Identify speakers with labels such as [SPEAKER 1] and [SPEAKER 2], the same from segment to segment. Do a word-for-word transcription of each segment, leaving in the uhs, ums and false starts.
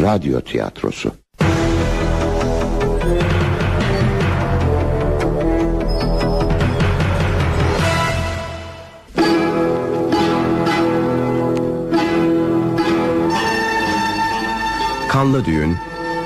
[SPEAKER 1] Radyo tiyatrosu.
[SPEAKER 2] Kanlı Düğün.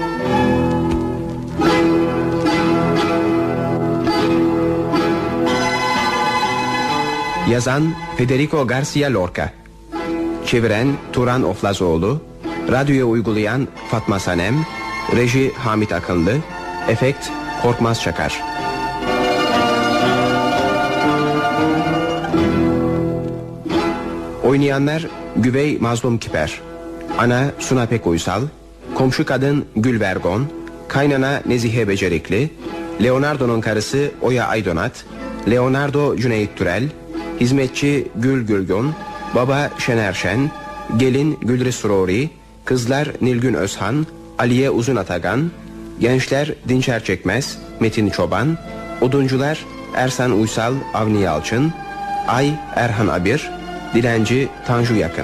[SPEAKER 2] Yazan Federico Garcia Lorca. Çeviren Turan Oflazoğlu. Radyoya uygulayan Fatma Sanem. Reji Hamit Akınlı. Efekt Korkmaz Çakar. Oynayanlar: Güvey Mazlum Kiper, ana Suna Pek Uysal, komşu kadın Gül Vergon, kaynana Nezihe Becerikli, Leonardo'nun karısı Oya Aydonat, Leonardo Cüneyt Türel, hizmetçi Gül Gülgun, baba Şener Şen, gelin Gülriz Surori, kızlar Nilgün Özhan, Aliye Uzun Atagan, gençler Dinçer Çekmez, Metin Çoban, oduncular Ersan Uysal, Avni Yalçın, Ay Erhan Abir, dilenci Tanju Yakın.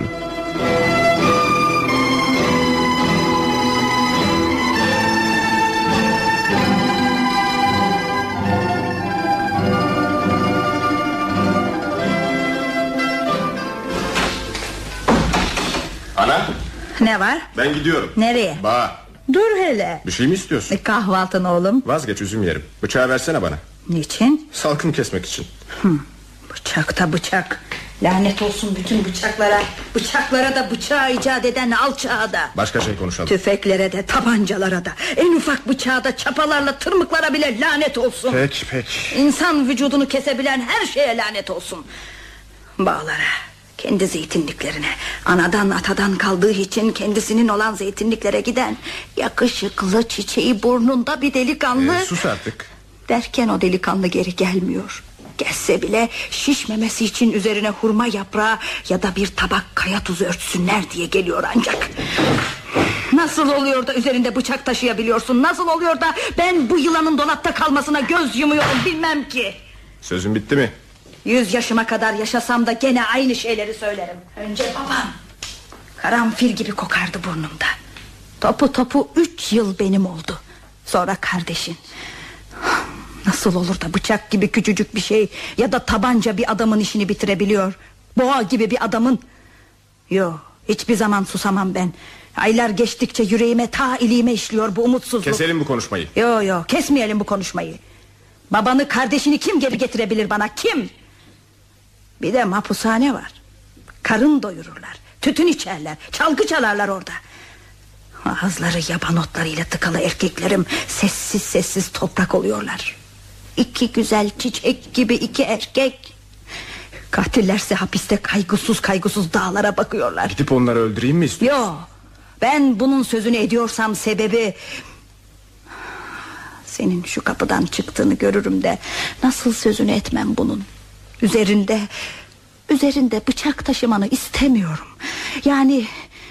[SPEAKER 3] Ana.
[SPEAKER 4] Ne var?
[SPEAKER 3] Ben gidiyorum.
[SPEAKER 4] Nereye?
[SPEAKER 3] Ba.
[SPEAKER 4] Dur hele.
[SPEAKER 3] Bir şey mi istiyorsun?
[SPEAKER 4] E, kahvaltın oğlum.
[SPEAKER 3] Vazgeç, üzüm yerim. Bıçağı versene bana.
[SPEAKER 4] Niçin?
[SPEAKER 3] Salkım kesmek için.
[SPEAKER 4] Hı. Bıçak da bıçak. Lanet olsun bütün bıçaklara. Bıçaklara da bıçağı icat eden alçağa da.
[SPEAKER 3] Başka şey konuşalım.
[SPEAKER 4] Tüfeklere de, tabancalara da, en ufak bıçağa da, çapalarla tırmıklara bile lanet olsun.
[SPEAKER 3] Peki peki.
[SPEAKER 4] İnsan vücudunu kesebilen her şeye lanet olsun. Bağlara, kendi zeytinliklerine, anadan atadan kaldığı için kendisinin olan zeytinliklere giden yakışıklı, çiçeği burnunda bir delikanlı.
[SPEAKER 3] ee, Sus artık.
[SPEAKER 4] Derken o delikanlı geri gelmiyor. Gelse bile şişmemesi için üzerine hurma yaprağı ya da bir tabak kaya tuzu örtsünler diye geliyor ancak. Nasıl oluyor da üzerinde bıçak taşıyabiliyorsun? Nasıl oluyor da ben bu yılanın dolapta kalmasına göz yumuyorum bilmem ki.
[SPEAKER 3] Sözün bitti mi?
[SPEAKER 4] Yüz yaşıma kadar yaşasam da gene aynı şeyleri söylerim. Önce babam, karanfil gibi kokardı burnumda. Topu topu üç yıl benim oldu. Sonra kardeşin. Nasıl olur da bıçak gibi küçücük bir şey ya da tabanca bir adamın işini bitirebiliyor? Boğa gibi bir adamın. Yo, hiçbir zaman susamam ben. Aylar geçtikçe yüreğime ta iliğime işliyor bu umutsuzluk.
[SPEAKER 3] Keselim bu konuşmayı.
[SPEAKER 4] Yo yo, kesmeyelim bu konuşmayı. Babanı, kardeşini kim geri getirebilir bana, kim? Bir de mapushane var. Karın doyururlar, tütün içerler, çalgı çalarlar orada. Ağızları yaban otlarıyla tıkalı erkeklerim sessiz sessiz toprak oluyorlar. İki güzel çiçek gibi iki erkek. Katillerse hapiste kaygısız kaygısız dağlara bakıyorlar.
[SPEAKER 3] Gidip onları öldüreyim mi istiyorsun?
[SPEAKER 4] Yo, ben bunun sözünü ediyorsam sebebi... Senin şu kapıdan çıktığını görürüm de nasıl sözünü etmem bunun. Üzerinde Üzerinde bıçak taşımanı istemiyorum. Yani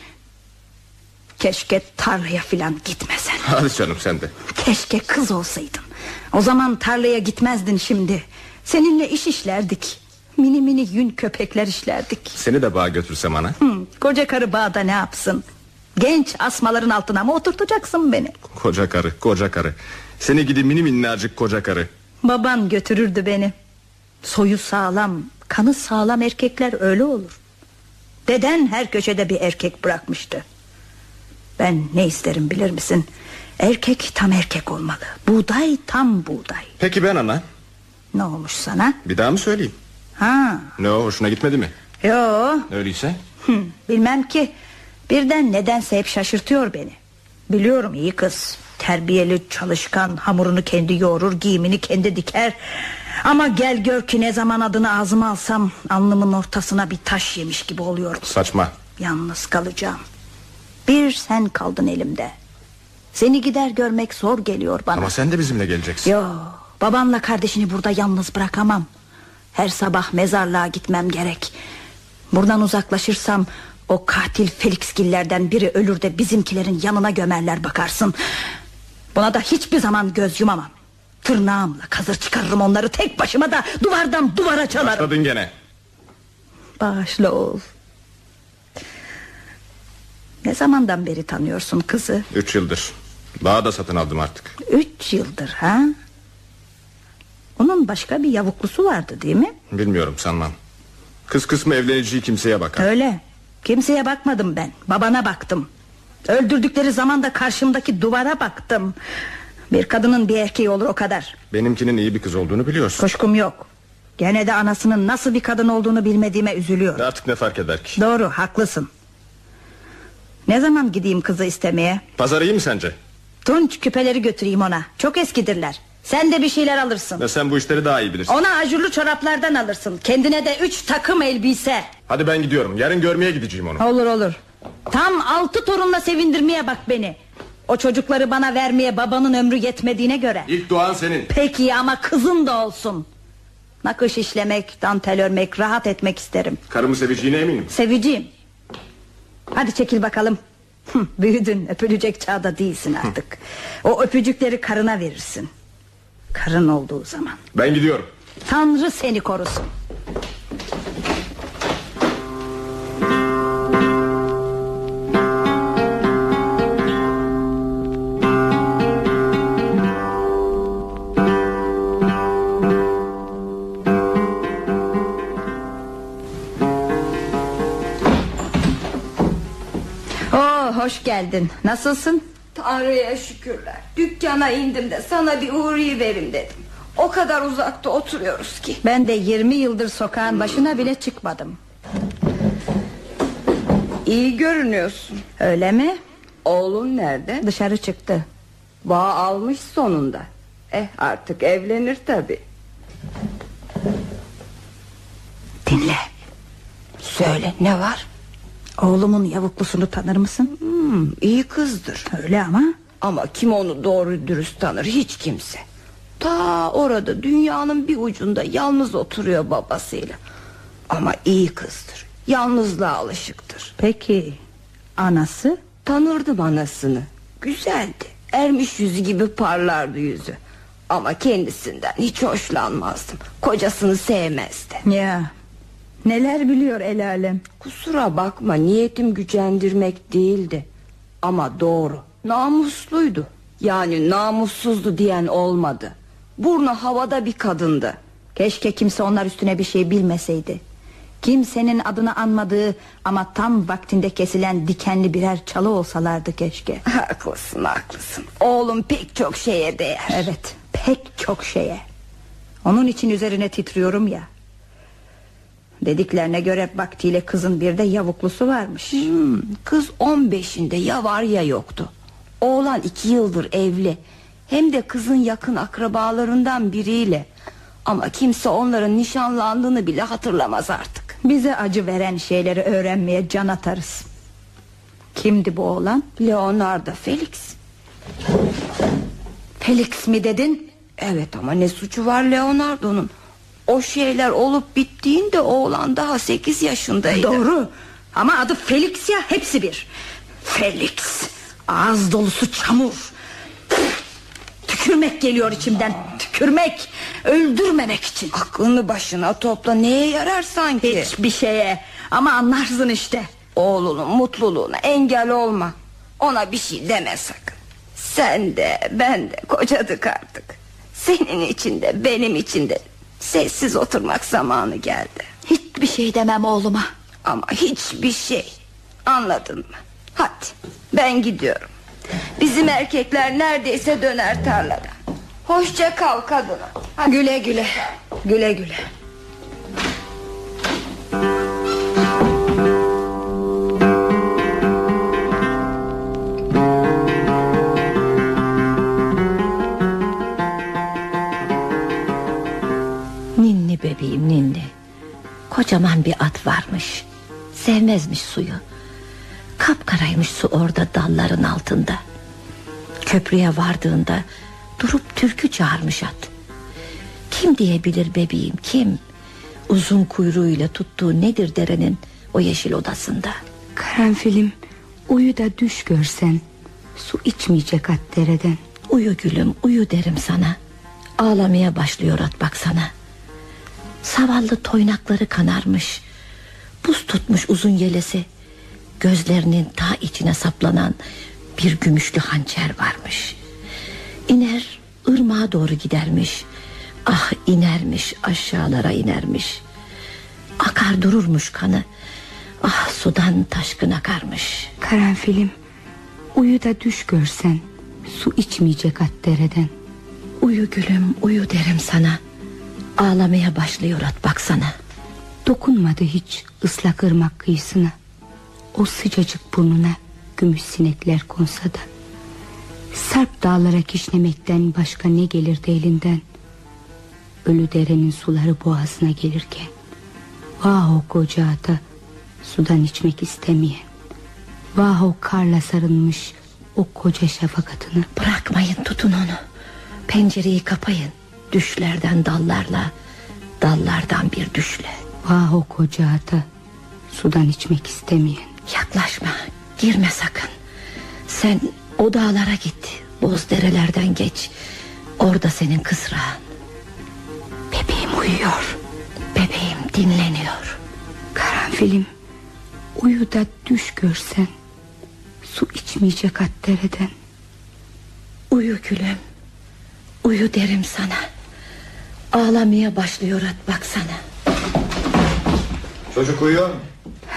[SPEAKER 4] keşke tarlaya filan gitmesen.
[SPEAKER 3] Hadi canım sen de.
[SPEAKER 4] Keşke kız olsaydın. O zaman tarlaya gitmezdin şimdi. Seninle iş işlerdik. Mini mini yün köpekler işlerdik.
[SPEAKER 3] Seni de bağa götürsem ana.
[SPEAKER 4] Hı, koca karı bağda ne yapsın? Genç asmaların altına mı oturtacaksın beni?
[SPEAKER 3] Koca karı, koca karı. Seni gidi mini minnacık koca karı.
[SPEAKER 4] Baban götürürdü beni. Soyu sağlam, kanı sağlam erkekler öyle olur. Deden her köşede bir erkek bırakmıştı. Ben ne isterim bilir misin? Erkek tam erkek olmalı. Buğday tam buğday.
[SPEAKER 3] Peki ben ana?
[SPEAKER 4] Ne olmuş sana?
[SPEAKER 3] Bir daha mı söyleyeyim?
[SPEAKER 4] Ha.
[SPEAKER 3] Ne o, hoşuna gitmedi mi?
[SPEAKER 4] Yo.
[SPEAKER 3] Öyleyse?
[SPEAKER 4] Hı, bilmem ki. Birden nedense hep şaşırtıyor beni. Biliyorum iyi kız. Terbiyeli, çalışkan, hamurunu kendi yoğurur, giyimini kendi diker. Ama gel gör ki ne zaman adını ağzıma alsam alnımın ortasına bir taş yemiş gibi oluyor.
[SPEAKER 3] Saçma.
[SPEAKER 4] Yalnız kalacağım. Bir sen kaldın elimde. Seni gider görmek zor geliyor bana.
[SPEAKER 3] Ama sen de bizimle geleceksin.
[SPEAKER 4] Yo, babanla kardeşini burada yalnız bırakamam. Her sabah mezarlığa gitmem gerek. Buradan uzaklaşırsam o katil Felixgillerden biri ölür de bizimkilerin yanına gömerler bakarsın. Buna da hiçbir zaman göz yumamam. Tırnağımla kazır çıkarırım onları tek başıma da duvardan duvara çalarım.
[SPEAKER 3] Başladın gene.
[SPEAKER 4] Bağışla oğul. Ne Ne zamandan beri tanıyorsun kızı?
[SPEAKER 3] Üç yıldır. Daha da satın aldım artık.
[SPEAKER 4] Üç yıldır ha? Onun başka bir yavuklusu vardı değil mi?
[SPEAKER 3] Bilmiyorum, sanmam. Kız kısmı evleneceği kimseye bakar.
[SPEAKER 4] Öyle. Kimseye bakmadım ben. Babana baktım. Öldürdükleri zaman da karşımdaki duvara baktım. Bir kadının bir erkeği olur, o kadar.
[SPEAKER 3] Benimkinin iyi bir kız olduğunu biliyorsun.
[SPEAKER 4] Kuşkum yok. Gene de anasının nasıl bir kadın olduğunu bilmediğime üzülüyorum.
[SPEAKER 3] Artık ne fark eder ki?
[SPEAKER 4] Doğru, haklısın. Ne zaman gideyim kızı istemeye?
[SPEAKER 3] Pazar iyi mi sence?
[SPEAKER 4] Tunç küpeleri götüreyim ona. Çok eskidirler. Sen de bir şeyler alırsın.
[SPEAKER 3] Ve sen bu işleri daha iyi bilirsin.
[SPEAKER 4] Ona ajurlu çoraplardan alırsın. Kendine de üç takım elbise.
[SPEAKER 3] Hadi ben gidiyorum. Yarın görmeye gideceğim onu.
[SPEAKER 4] Olur olur. Tam altı torunla sevindirmeye bak beni. O çocukları bana vermeye babanın ömrü yetmediğine göre.
[SPEAKER 3] İlk doğan senin.
[SPEAKER 4] Peki ama kızın da olsun. Nakış işlemek, dantel örmek, rahat etmek isterim.
[SPEAKER 3] Karımı seveceğine eminim.
[SPEAKER 4] Seveceğim. Hadi çekil bakalım. Büyüdün, öpülecek çağda değilsin artık. O öpücükleri karına verirsin. Karın olduğu zaman.
[SPEAKER 3] Ben gidiyorum.
[SPEAKER 4] Tanrı seni korusun. Oh, hoş geldin. Nasılsın?
[SPEAKER 1] Tanrı'ya şükürler. Dükkana indim de sana bir uğrayıverim dedim. O kadar uzakta oturuyoruz ki.
[SPEAKER 4] Ben de yirmi yıldır sokağın başına bile çıkmadım.
[SPEAKER 1] İyi görünüyorsun.
[SPEAKER 4] Öyle mi?
[SPEAKER 1] Oğlun nerede?
[SPEAKER 4] Dışarı çıktı.
[SPEAKER 1] Bağ almış sonunda. Eh, artık evlenir tabii.
[SPEAKER 4] Dinle.
[SPEAKER 1] Söyle, ne var?
[SPEAKER 4] Oğlumun yavuklusunu tanır mısın?
[SPEAKER 1] Hmm, iyi kızdır.
[SPEAKER 4] Öyle ama.
[SPEAKER 1] Ama kim onu doğru dürüst tanır? Hiç kimse. Ta orada, dünyanın bir ucunda yalnız oturuyor babasıyla. Ama iyi kızdır. Yalnızlığa alışıktır.
[SPEAKER 4] Peki anası?
[SPEAKER 1] Tanırdım anasını. Güzeldi. Ermiş yüzü gibi parlardı yüzü. Ama kendisinden hiç hoşlanmazdım. Kocasını sevmezdi.
[SPEAKER 4] Ya, neler biliyor el alem.
[SPEAKER 1] Kusura bakma, niyetim gücendirmek değildi. Ama doğru, namusluydu. Yani namussuzdu diyen olmadı. Burnu havada bir kadındı.
[SPEAKER 4] Keşke kimse onlar üstüne bir şey bilmeseydi. Kimsenin adını anmadığı ama tam vaktinde kesilen dikenli birer çalı olsalardı keşke.
[SPEAKER 1] Haklısın, haklısın. Oğlum pek çok şeye değer.
[SPEAKER 4] Evet, pek çok şeye. Onun için üzerine titriyorum ya. Dediklerine göre vaktiyle kızın bir de yavuklusu varmış.
[SPEAKER 1] Hmm, kız on beşinde ya var ya yoktu. Oğlan iki yıldır evli. Hem de kızın yakın akrabalarından biriyle. Ama kimse onların nişanlandığını bile hatırlamaz artık.
[SPEAKER 4] Bize acı veren şeyleri öğrenmeye can atarız. Kimdi bu oğlan?
[SPEAKER 1] Leonardo Felix.
[SPEAKER 4] Felix mi dedin?
[SPEAKER 1] Evet, ama ne suçu var Leonardo'nun? O şeyler olup bittiğinde oğlan daha sekiz yaşındaydı.
[SPEAKER 4] Doğru, ama adı Felix ya, hepsi bir. Felix, ağız dolusu çamur. Tükürmek geliyor içimden. Tükürmek, öldürmemek için.
[SPEAKER 1] Aklını başına topla, neye yarar sanki?
[SPEAKER 4] Hiçbir şeye, ama anlarsın işte.
[SPEAKER 1] Oğlunun mutluluğuna engel olma. Ona bir şey deme sakın. Sen de ben de kocadık artık. Senin için de benim için de sessiz oturmak zamanı geldi.
[SPEAKER 4] Hiçbir şey demem oğluma.
[SPEAKER 1] Ama hiçbir şey. Anladın mı? Hadi ben gidiyorum. Bizim erkekler neredeyse döner tarlada. Hoşça kal kadınım. Hadi.
[SPEAKER 4] Güle güle. Güle güle.
[SPEAKER 5] Ninni bebeğim, ninni. Kocaman bir at varmış. Sevmezmiş suyu. Kapkaraymış su orada dalların altında. Köprüye vardığında durup türkü çağırmış at. Kim diyebilir bebeğim, kim? Uzun kuyruğuyla tuttuğu nedir derenin o yeşil odasında?
[SPEAKER 6] Karanfilim, uyu da düş görsen. Su içmeyecek at dereden.
[SPEAKER 5] Uyu gülüm, uyu derim sana. Ağlamaya başlıyor at baksana. Zavallı toynakları kanarmış. Buz tutmuş uzun yelesi. gözlerinin ta içine saplanan bir gümüşlü hançer varmış. İner ırmağa doğru gidermiş. Ah inermiş, aşağılara inermiş. Akar dururmuş kanı. Ah sudan taşkın akarmış.
[SPEAKER 6] Karanfilim, uyu da düş görsen, su içmeyecek at dereden.
[SPEAKER 5] Uyu gülüm, uyu derim sana. Ağlamaya başlıyor at baksana.
[SPEAKER 6] Dokunmadı hiç ıslak ırmak kıyısına. O sıcacık burnuna gümüş sinekler konsa da. Sarp dağlara kişnemekten başka ne gelirdi elinden? Ölü derenin suları boğazına gelirken, vah o koca ata, sudan içmek istemeyen, vah o karla sarılmış o koca şafak atını.
[SPEAKER 5] Bırakmayın, tutun onu. Pencereyi kapayın. Düşlerden dallarla, dallardan bir düşle.
[SPEAKER 6] Vah o koca ata, sudan içmek istemeyen.
[SPEAKER 5] Yaklaşma, girme sakın. Sen o dağlara git, boz derelerden geç. Orada senin kısrağın.
[SPEAKER 6] Bebeğim uyuyor.
[SPEAKER 5] Bebeğim dinleniyor.
[SPEAKER 6] Karanfilim, uyu da düş görsen, su içmeyecek at dereden.
[SPEAKER 5] Uyu gülüm, uyu derim sana. Ağlamaya başlıyor at baksana.
[SPEAKER 3] Çocuk uyuyor mu?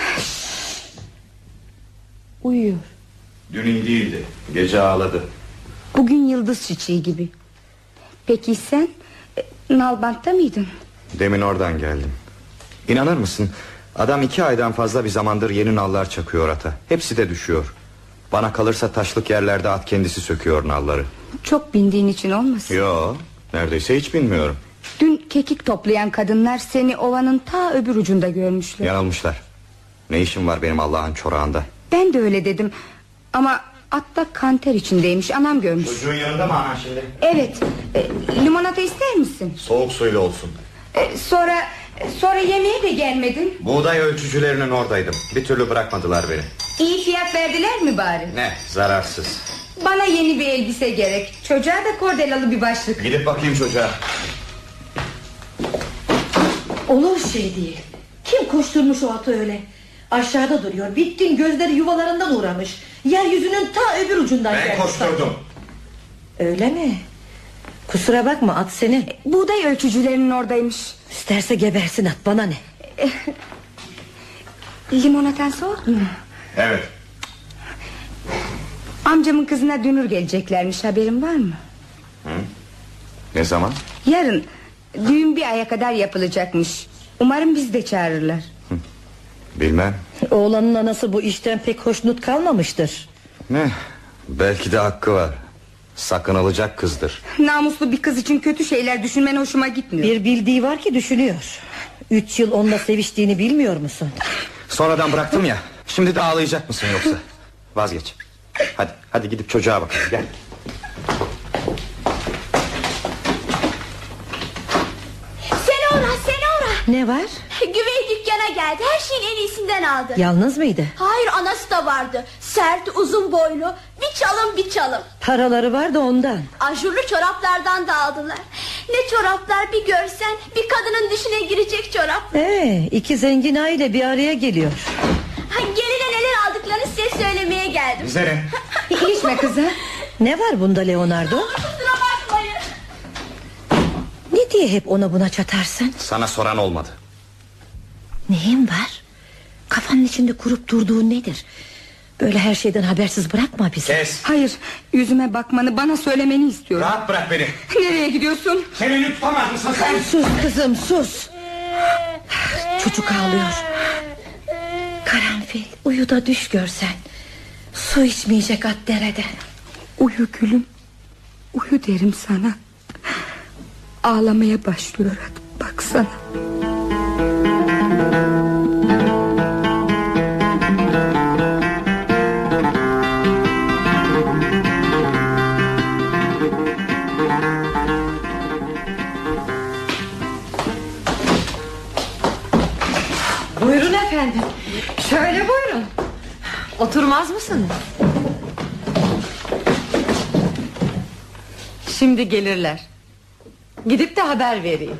[SPEAKER 6] Uyuyor.
[SPEAKER 3] Dün iyi değildi. Gece ağladı.
[SPEAKER 6] Bugün yıldız çiçeği gibi. Peki sen e, Nalbant'ta mıydın?
[SPEAKER 3] Demin oradan geldim. İnanır mısın? Adam iki aydan fazla bir zamandır yeni nallar çakıyor ata. Hepsi de düşüyor. Bana kalırsa taşlık yerlerde at kendisi söküyor nalları.
[SPEAKER 6] Çok bindiğin için olmasın?
[SPEAKER 3] Yo, neredeyse hiç bilmiyorum.
[SPEAKER 6] Dün kekik toplayan kadınlar seni ovanın ta öbür ucunda görmüşler.
[SPEAKER 3] Yanılmışlar. Ne işim var benim Allah'ın çorağında?
[SPEAKER 6] Ben de öyle dedim. Ama atta kanter içindeymiş, anam görmüş.
[SPEAKER 3] Çocuğun yanında mı anan şimdi?
[SPEAKER 6] Evet, e, limonata ister misin?
[SPEAKER 3] Soğuk suyla olsun.
[SPEAKER 6] e, Sonra sonra yemeğe de gelmedin.
[SPEAKER 3] Buğday ölçücülerinin oradaydım. Bir türlü bırakmadılar beni.
[SPEAKER 6] İyi fiyat verdiler mi bari?
[SPEAKER 3] Ne, zararsız.
[SPEAKER 6] Bana yeni bir elbise gerek. Çocuğa da kordelalı bir başlık.
[SPEAKER 3] Gidip bakayım çocuğa.
[SPEAKER 5] Olur şey değil. Kim koşturmuş o atı öyle? Aşağıda duruyor, bitkin, gözleri yuvalarından uğramış. Yeryüzünün ta öbür ucundan
[SPEAKER 3] Ben
[SPEAKER 5] gelmiş.
[SPEAKER 3] koşturdum.
[SPEAKER 5] Öyle mi? Kusura bakma, at senin.
[SPEAKER 6] Buğday ölçücülerinin oradaymış.
[SPEAKER 5] İsterse gebersin at, bana ne?
[SPEAKER 6] Limonatan soğuk mu?
[SPEAKER 3] Evet.
[SPEAKER 6] Amcamın kızına dünür geleceklermiş, haberin var mı?
[SPEAKER 3] Hı? Ne zaman?
[SPEAKER 6] Yarın. Düğün bir aya kadar yapılacakmış. Umarım bizi de çağırırlar.
[SPEAKER 3] Hı. Bilmem.
[SPEAKER 5] Oğlanın anası bu işten pek hoşnut kalmamıştır.
[SPEAKER 3] Ne? Belki de hakkı var. Sakınılacak kızdır.
[SPEAKER 6] Namuslu bir kız için kötü şeyler düşünmen hoşuma gitmiyor.
[SPEAKER 5] Bir bildiği var ki düşünüyor. Üç yıl onunla seviştiğini bilmiyor musun?
[SPEAKER 3] Sonradan bıraktım ya. Şimdi de ağlayacak mısın yoksa? Vazgeç. Hadi, hadi gidip çocuğa bakalım, gel.
[SPEAKER 7] Senora, Senora.
[SPEAKER 5] Ne var?
[SPEAKER 7] Güvey dükkana geldi, her şeyin en iyisinden aldı.
[SPEAKER 5] Yalnız mıydı?
[SPEAKER 7] Hayır, anası da vardı. Sert, uzun boylu, bir çalım bir çalım.
[SPEAKER 5] Paraları var da ondan.
[SPEAKER 7] Ajurlu çoraplardan da aldılar. Ne çoraplar, bir görsen, bir kadının dişine girecek çorap.
[SPEAKER 5] Ee, iki zengin aile bir araya geliyor.
[SPEAKER 7] Ha, geline neler aldıklarını size söylemeye geldim.
[SPEAKER 3] Bize ne?
[SPEAKER 6] İlişme kızı.
[SPEAKER 5] Ne var bunda Leonardo?
[SPEAKER 7] Kusura bakmayın.
[SPEAKER 5] Ne diye hep ona buna çatarsın?
[SPEAKER 3] Sana soran olmadı.
[SPEAKER 5] Neyin var? Kafanın içinde kurup durduğun nedir? Böyle her şeyden habersiz bırakma bizi.
[SPEAKER 3] Kes.
[SPEAKER 6] Hayır, yüzüme bakmanı, bana söylemeni istiyorum.
[SPEAKER 3] Rahat bırak beni.
[SPEAKER 6] Nereye gidiyorsun?
[SPEAKER 3] Çeneni tutamaz mısın sen?
[SPEAKER 5] Sus kızım, sus. Çocuk ağlıyor. Karanfil, uyu da düş görsen. Su içmeyecek at dereden.
[SPEAKER 6] Uyu gülüm, uyu derim sana. Ağlamaya başlıyor at, baksana.
[SPEAKER 8] Buyurun efendim. Şöyle buyurun. Oturmaz mısınız? Şimdi gelirler. Gidip de haber vereyim.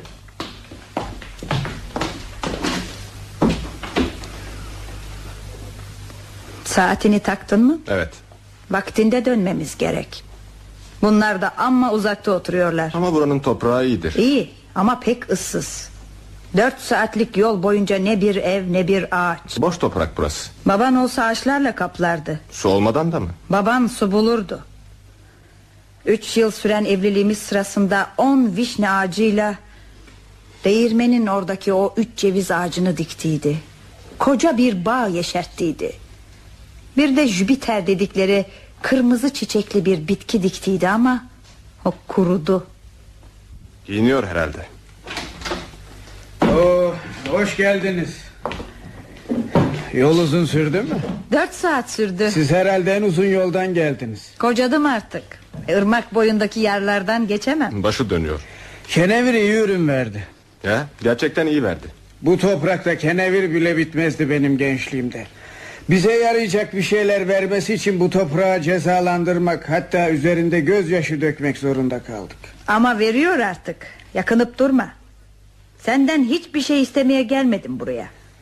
[SPEAKER 4] Saatini taktın mı?
[SPEAKER 3] Evet.
[SPEAKER 4] Vaktinde dönmemiz gerek. Bunlar da amma uzakta oturuyorlar.
[SPEAKER 3] Ama buranın toprağı iyidir.
[SPEAKER 4] İyi ama pek ıssız. Dört saatlik yol boyunca ne bir ev ne bir ağaç.
[SPEAKER 3] Boş toprak burası.
[SPEAKER 4] Baban olsa ağaçlarla kaplardı.
[SPEAKER 3] Su olmadan da mı?
[SPEAKER 4] Baban su bulurdu. Üç yıl süren evliliğimiz sırasında on vişne ağacıyla değirmenin oradaki o üç ceviz ağacını diktiydi. Koca bir bağ yeşerttiydi. Bir de Jüpiter dedikleri kırmızı çiçekli bir bitki diktiydi ama o kurudu.
[SPEAKER 3] Giyiniyor herhalde.
[SPEAKER 9] Oo, hoş geldiniz. Yol uzun sürdü mü?
[SPEAKER 4] Dört saat sürdü.
[SPEAKER 9] Siz herhalde en uzun yoldan geldiniz.
[SPEAKER 4] Kocadım artık. Irmak boyundaki yerlerden geçemem.
[SPEAKER 3] Başı dönüyor.
[SPEAKER 9] Kenevir iyi ürün verdi.
[SPEAKER 3] Ya, gerçekten iyi verdi.
[SPEAKER 9] Bu toprakta kenevir bile bitmezdi benim gençliğimde. Bize yarayacak bir şeyler vermesi için bu toprağı cezalandırmak, hatta üzerinde gözyaşı dökmek zorunda kaldık.
[SPEAKER 4] Ama veriyor artık. Yakınıp durma. Senden hiçbir şey istemeye gelmedim buraya.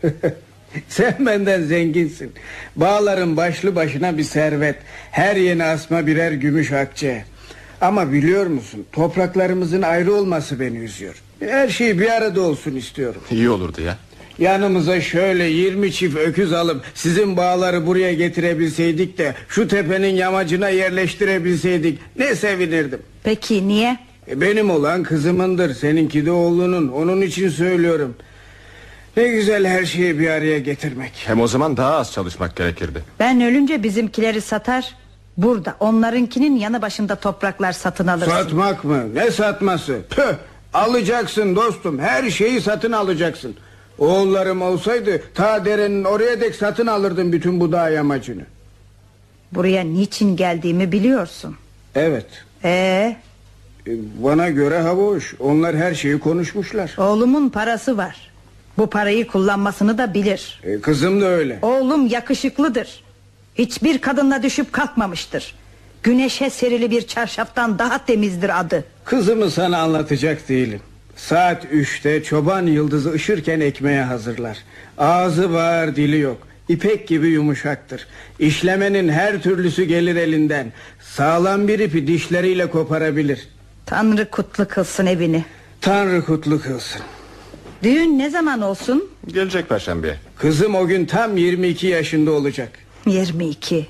[SPEAKER 9] Sen benden zenginsin. Bağların başlı başına bir servet. Her yeni asma birer gümüş akçe. Ama biliyor musun, topraklarımızın ayrı olması beni üzüyor. Her şey bir arada olsun istiyorum.
[SPEAKER 3] İyi olurdu ya.
[SPEAKER 9] Yanımıza şöyle yirmi çift öküz alıp sizin bağları buraya getirebilseydik de şu tepenin yamacına yerleştirebilseydik ne sevinirdim.
[SPEAKER 4] Peki niye?
[SPEAKER 9] E benim olan kızımındır, seninki de oğlunun. Onun için söylüyorum. Ne güzel her şeyi bir araya getirmek.
[SPEAKER 3] Hem o zaman daha az çalışmak gerekirdi.
[SPEAKER 4] Ben ölünce bizimkileri satar, burada onlarınkinin yanı başında topraklar satın alırsın.
[SPEAKER 9] Satmak mı? Ne satması? Püh! Alacaksın dostum, her şeyi satın alacaksın. Oğullarım olsaydı ta derenin oraya dek satın alırdım bütün bu dağ yamacını.
[SPEAKER 4] Buraya niçin geldiğimi biliyorsun.
[SPEAKER 9] Evet.
[SPEAKER 4] Ee?
[SPEAKER 9] Bana göre hava hoş. Onlar her şeyi konuşmuşlar.
[SPEAKER 4] Oğlumun parası var. Bu parayı kullanmasını da bilir.
[SPEAKER 9] E, kızım da öyle.
[SPEAKER 4] Oğlum yakışıklıdır. Hiçbir kadınla düşüp kalkmamıştır. Güneşe serili bir çarşaftan daha temizdir adı.
[SPEAKER 9] Kızımı sana anlatacak değilim. Saat üçte çoban yıldızı ışırken ekmeğe hazırlar. Ağzı var, dili yok. İpek gibi yumuşaktır. İşlemenin her türlüsü gelir elinden. Sağlam bir ipi dişleriyle koparabilir.
[SPEAKER 4] Tanrı kutlu kılsın evini.
[SPEAKER 9] Tanrı kutlu kılsın.
[SPEAKER 4] Düğün ne zaman olsun?
[SPEAKER 3] Gelecek Perşembe.
[SPEAKER 9] Kızım o gün tam yirmi iki yaşında olacak.
[SPEAKER 4] Yirmi iki.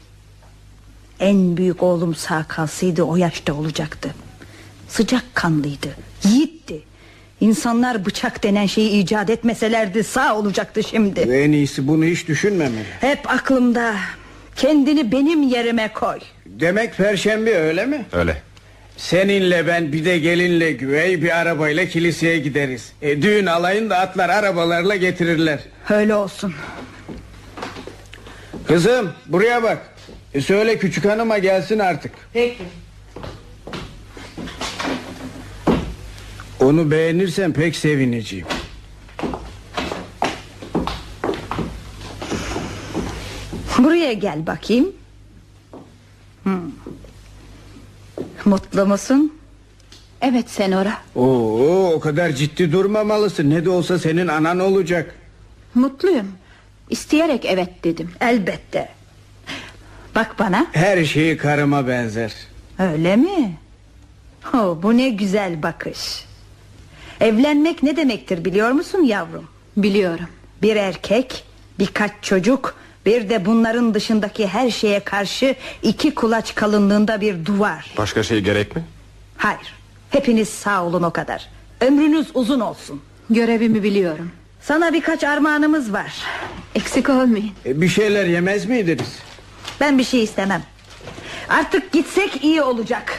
[SPEAKER 4] En büyük oğlum sağ kalsaydı o yaşta olacaktı. Sıcak kanlıydı, yiğitti. İnsanlar bıçak denen şeyi icat etmeselerdi sağ olacaktı şimdi.
[SPEAKER 9] En iyisi bunu hiç düşünmemeli.
[SPEAKER 4] Hep aklımda. Kendini benim yerime koy.
[SPEAKER 9] Demek Perşembe öyle mi?
[SPEAKER 3] Öyle.
[SPEAKER 9] Seninle ben bir de gelinle güvey bir arabayla kiliseye gideriz. E, düğün alayını da atlar arabalarla getirirler.
[SPEAKER 4] Öyle olsun.
[SPEAKER 9] Kızım buraya bak. E, söyle küçük hanıma gelsin artık.
[SPEAKER 4] Peki.
[SPEAKER 9] Onu beğenirsen pek sevineceğim.
[SPEAKER 4] Buraya gel bakayım. Hmm. Mutlu musun?
[SPEAKER 1] Evet Senora.
[SPEAKER 9] Oo, o kadar ciddi durmamalısın. Ne de olsa senin anan olacak.
[SPEAKER 1] Mutluyum. İsteyerek evet dedim.
[SPEAKER 4] Elbette. Bak bana.
[SPEAKER 9] Her şeyi karıma benzer.
[SPEAKER 4] Öyle mi? Oh, bu ne güzel bakış. Evlenmek ne demektir biliyor musun yavrum?
[SPEAKER 1] Biliyorum.
[SPEAKER 4] Bir erkek, birkaç çocuk, bir de bunların dışındaki her şeye karşı iki kulaç kalınlığında bir duvar.
[SPEAKER 3] Başka şey gerek mi?
[SPEAKER 4] Hayır. Hepiniz sağ olun o kadar. Ömrünüz uzun olsun.
[SPEAKER 1] Görevimi biliyorum.
[SPEAKER 4] Sana birkaç armağanımız var.
[SPEAKER 1] Eksik olmayın.
[SPEAKER 9] E, bir şeyler yemez miydiniz?
[SPEAKER 4] Ben bir şey istemem. Artık gitsek iyi olacak.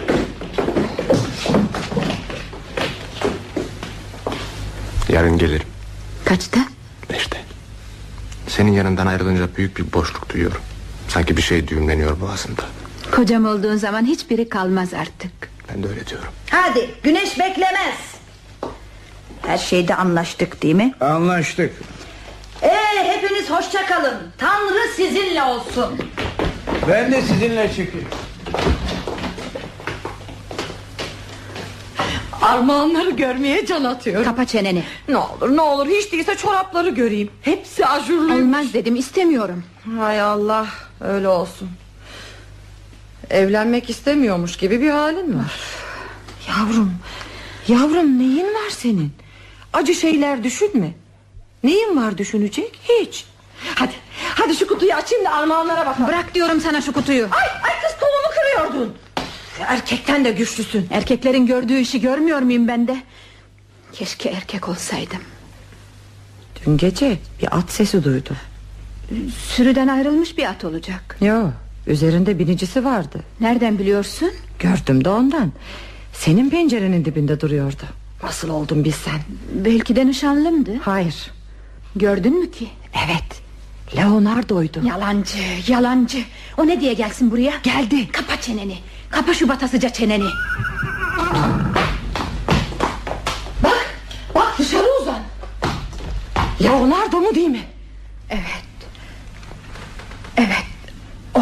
[SPEAKER 3] Yarın gelirim.
[SPEAKER 1] Kaçta?
[SPEAKER 3] Beşte. Senin yanından ayrılınca büyük bir boşluk duyuyorum. Sanki bir şey düğümleniyor boğazımda.
[SPEAKER 1] Kocam olduğun zaman hiçbiri kalmaz artık.
[SPEAKER 3] Ben de öyle diyorum.
[SPEAKER 4] Hadi, güneş beklemez. Her şeyde anlaştık değil mi?
[SPEAKER 9] Anlaştık.
[SPEAKER 4] Ee, hepiniz hoşça kalın. Tanrı sizinle olsun.
[SPEAKER 9] Ben de sizinle çıkayım.
[SPEAKER 8] Armağanları görmeye can atıyor.
[SPEAKER 4] Kapa çeneni.
[SPEAKER 8] Ne olur ne olur, hiç değilse çorapları göreyim. Hepsi ajurluymuş.
[SPEAKER 4] Olmaz dedim, istemiyorum.
[SPEAKER 8] Hay Allah, öyle olsun. Evlenmek istemiyormuş gibi bir halin var. Yavrum, yavrum neyin var senin? Acı şeyler düşünme. Neyin var düşünecek? Hiç. Hadi, hadi şu kutuyu açayım da armağanlara bakalım.
[SPEAKER 4] Bırak diyorum sana şu kutuyu.
[SPEAKER 8] Ay, ay kız, kolumu kırıyordun. Erkekten de güçlüsün.
[SPEAKER 4] Erkeklerin gördüğü işi görmüyor muyum ben de? Keşke erkek olsaydım.
[SPEAKER 8] Dün gece bir at sesi duydum.
[SPEAKER 4] Sürüden ayrılmış bir at olacak.
[SPEAKER 8] Yo, üzerinde binicisi vardı.
[SPEAKER 4] Nereden biliyorsun?
[SPEAKER 8] Gördüm de ondan. Senin pencerenin dibinde duruyordu. Nasıl oldun bilsen.
[SPEAKER 4] Belki de nişanlımdı.
[SPEAKER 8] Hayır.
[SPEAKER 4] Gördün mü ki?
[SPEAKER 8] Evet, Leonardo'ydu.
[SPEAKER 4] Yalancı, yalancı. O ne diye gelsin buraya?
[SPEAKER 8] Geldi.
[SPEAKER 4] Kapa çeneni. Kapa şu batasıca çeneni.
[SPEAKER 8] Bak, bak dışarı uzan. Leonardo mu değil mi?
[SPEAKER 4] Evet. Evet, o.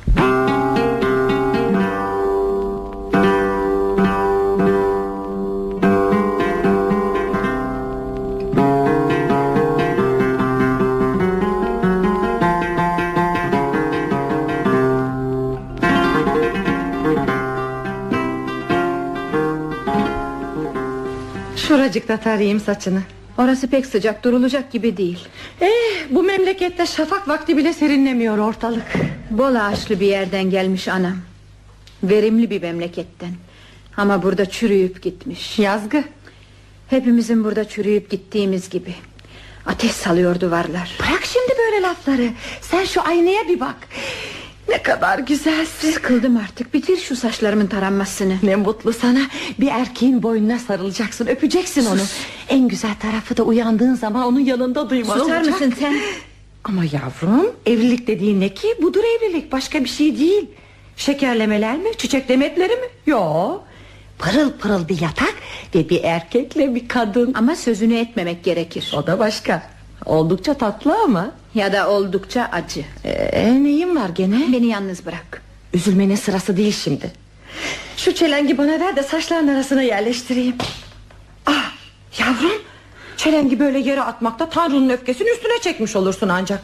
[SPEAKER 8] Şuracıkta tarayayım saçını.
[SPEAKER 4] Orası pek sıcak, durulacak gibi değil.
[SPEAKER 8] Eh, bu memlekette şafak vakti bile serinlemiyor ortalık.
[SPEAKER 4] Bol ağaçlı bir yerden gelmiş anam. Verimli bir memleketten. Ama burada çürüyüp gitmiş.
[SPEAKER 8] Yazgı.
[SPEAKER 4] Hepimizin burada çürüyüp gittiğimiz gibi. Ateş salıyor duvarlar.
[SPEAKER 8] Bırak şimdi böyle lafları. Sen şu aynaya bir bak. Ne kadar güzelsin.
[SPEAKER 4] Sıkıldım artık, bitir şu saçlarımın taranmasını.
[SPEAKER 8] Ne mutlu sana. Bir erkeğin boynuna sarılacaksın, öpeceksin
[SPEAKER 4] Sus.
[SPEAKER 8] onu. En güzel tarafı da uyandığın zaman onun yanında duyman
[SPEAKER 4] Susar
[SPEAKER 8] olacak.
[SPEAKER 4] mısın sen?
[SPEAKER 8] Ama yavrum, evlilik dediğin ne ki? Budur evlilik, başka bir şey değil. Şekerlemeler mi, çiçek demetleri mi? Yo, pırıl pırıl bir yatak ve bir erkekle bir kadın.
[SPEAKER 4] Ama sözünü etmemek gerekir.
[SPEAKER 8] O da başka. Oldukça tatlı ama.
[SPEAKER 4] Ya da oldukça acı.
[SPEAKER 8] Ee, neyin var gene?
[SPEAKER 4] Beni yalnız bırak.
[SPEAKER 8] Üzülmenin sırası değil şimdi. Şu çelengi bana ver de saçların arasına yerleştireyim. Ah yavrum, çelengi böyle yere atmakta Tanrı'nın öfkesini üstüne çekmiş olursun ancak.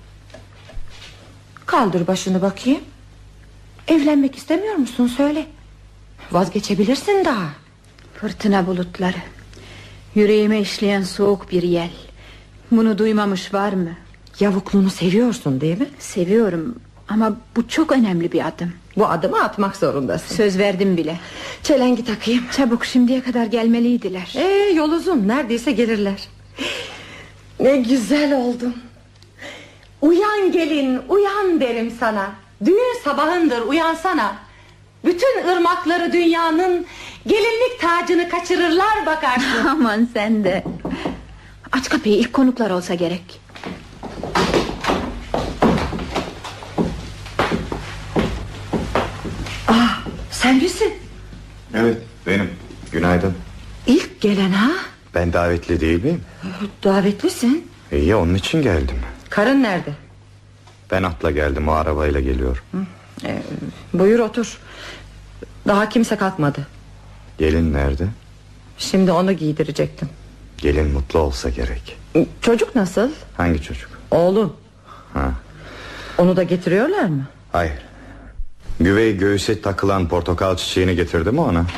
[SPEAKER 8] Kaldır başını bakayım. Evlenmek istemiyor musun, söyle. Vazgeçebilirsin daha.
[SPEAKER 4] Fırtına bulutları, yüreğime işleyen soğuk bir yel. Bunu duymamış var mı?
[SPEAKER 8] Yavukluğunu seviyorsun değil mi?
[SPEAKER 4] Seviyorum ama bu çok önemli bir adım.
[SPEAKER 8] Bu adımı atmak zorundasın.
[SPEAKER 4] Söz verdim bile.
[SPEAKER 8] Çelengi takayım.
[SPEAKER 4] Çabuk, şimdiye kadar gelmeliydiler.
[SPEAKER 8] Ee, yol uzun, neredeyse gelirler. Ne güzel oldum. Uyan gelin, uyan derim sana. Düğün sabahındır, uyansana. Bütün ırmakları dünyanın gelinlik tacını kaçırırlar bakarsın.
[SPEAKER 4] Aman sen de. Aç kapıyı, ilk konuklar olsa gerek.
[SPEAKER 8] Ah, sen misin?
[SPEAKER 3] Evet, benim. Günaydın.
[SPEAKER 8] İlk gelen ha?
[SPEAKER 3] Ben davetli değil miyim?
[SPEAKER 8] Davetlisin.
[SPEAKER 3] İyi, onun için geldim.
[SPEAKER 8] Karın nerede?
[SPEAKER 3] Ben atla geldim, o arabayla geliyor.
[SPEAKER 8] Ee, buyur otur. Daha kimse kalkmadı.
[SPEAKER 3] Gelin nerede?
[SPEAKER 8] Şimdi onu giydirecektim.
[SPEAKER 3] Gelin mutlu olsa gerek.
[SPEAKER 8] Çocuk nasıl?
[SPEAKER 3] Hangi çocuk?
[SPEAKER 8] Oğlum.
[SPEAKER 3] Ha.
[SPEAKER 8] Onu da getiriyorlar mı?
[SPEAKER 3] Hayır. Güvey göğüse takılan portakal çiçeğini getirdi mi ona?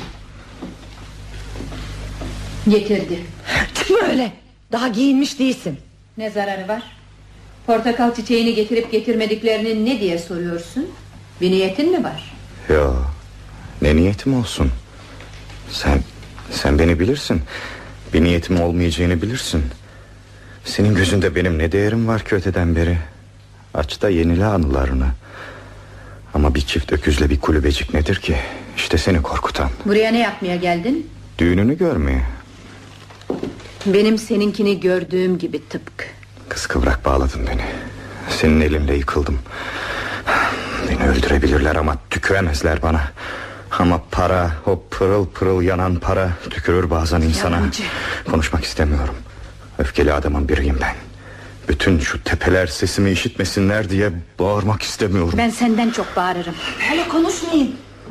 [SPEAKER 4] Getirdi.
[SPEAKER 8] Çıkma öyle. Daha giyinmiş değilsin.
[SPEAKER 4] Ne zararı var? Portakal çiçeğini getirip getirmediklerini ne diye soruyorsun? Bir niyetin mi var?
[SPEAKER 3] Yo, ne niyetim olsun. Sen Sen beni bilirsin. Bir niyetim olmayacağını bilirsin. Senin gözünde benim ne değerim var ki öteden beri. Aç da yenile anılarını. Ama bir çift öküzle bir kulübecik nedir ki? İşte seni korkutan.
[SPEAKER 4] Buraya ne yapmaya geldin?
[SPEAKER 3] Düğününü görmeye.
[SPEAKER 4] Benim seninkini gördüğüm gibi tıpkı.
[SPEAKER 3] Kıskıvrak bağladın beni. Senin elinle yıkıldım. Beni öldürebilirler ama tüküremezler bana. Ama para, o pırıl pırıl yanan para tükürür bazen insana.
[SPEAKER 4] Yalancı.
[SPEAKER 3] Konuşmak istemiyorum. Öfkeli adamın biriyim ben. Bütün şu tepeler sesimi işitmesinler diye bağırmak istemiyorum.
[SPEAKER 4] Ben senden çok bağırırım.
[SPEAKER 8] Hele konuşmayın.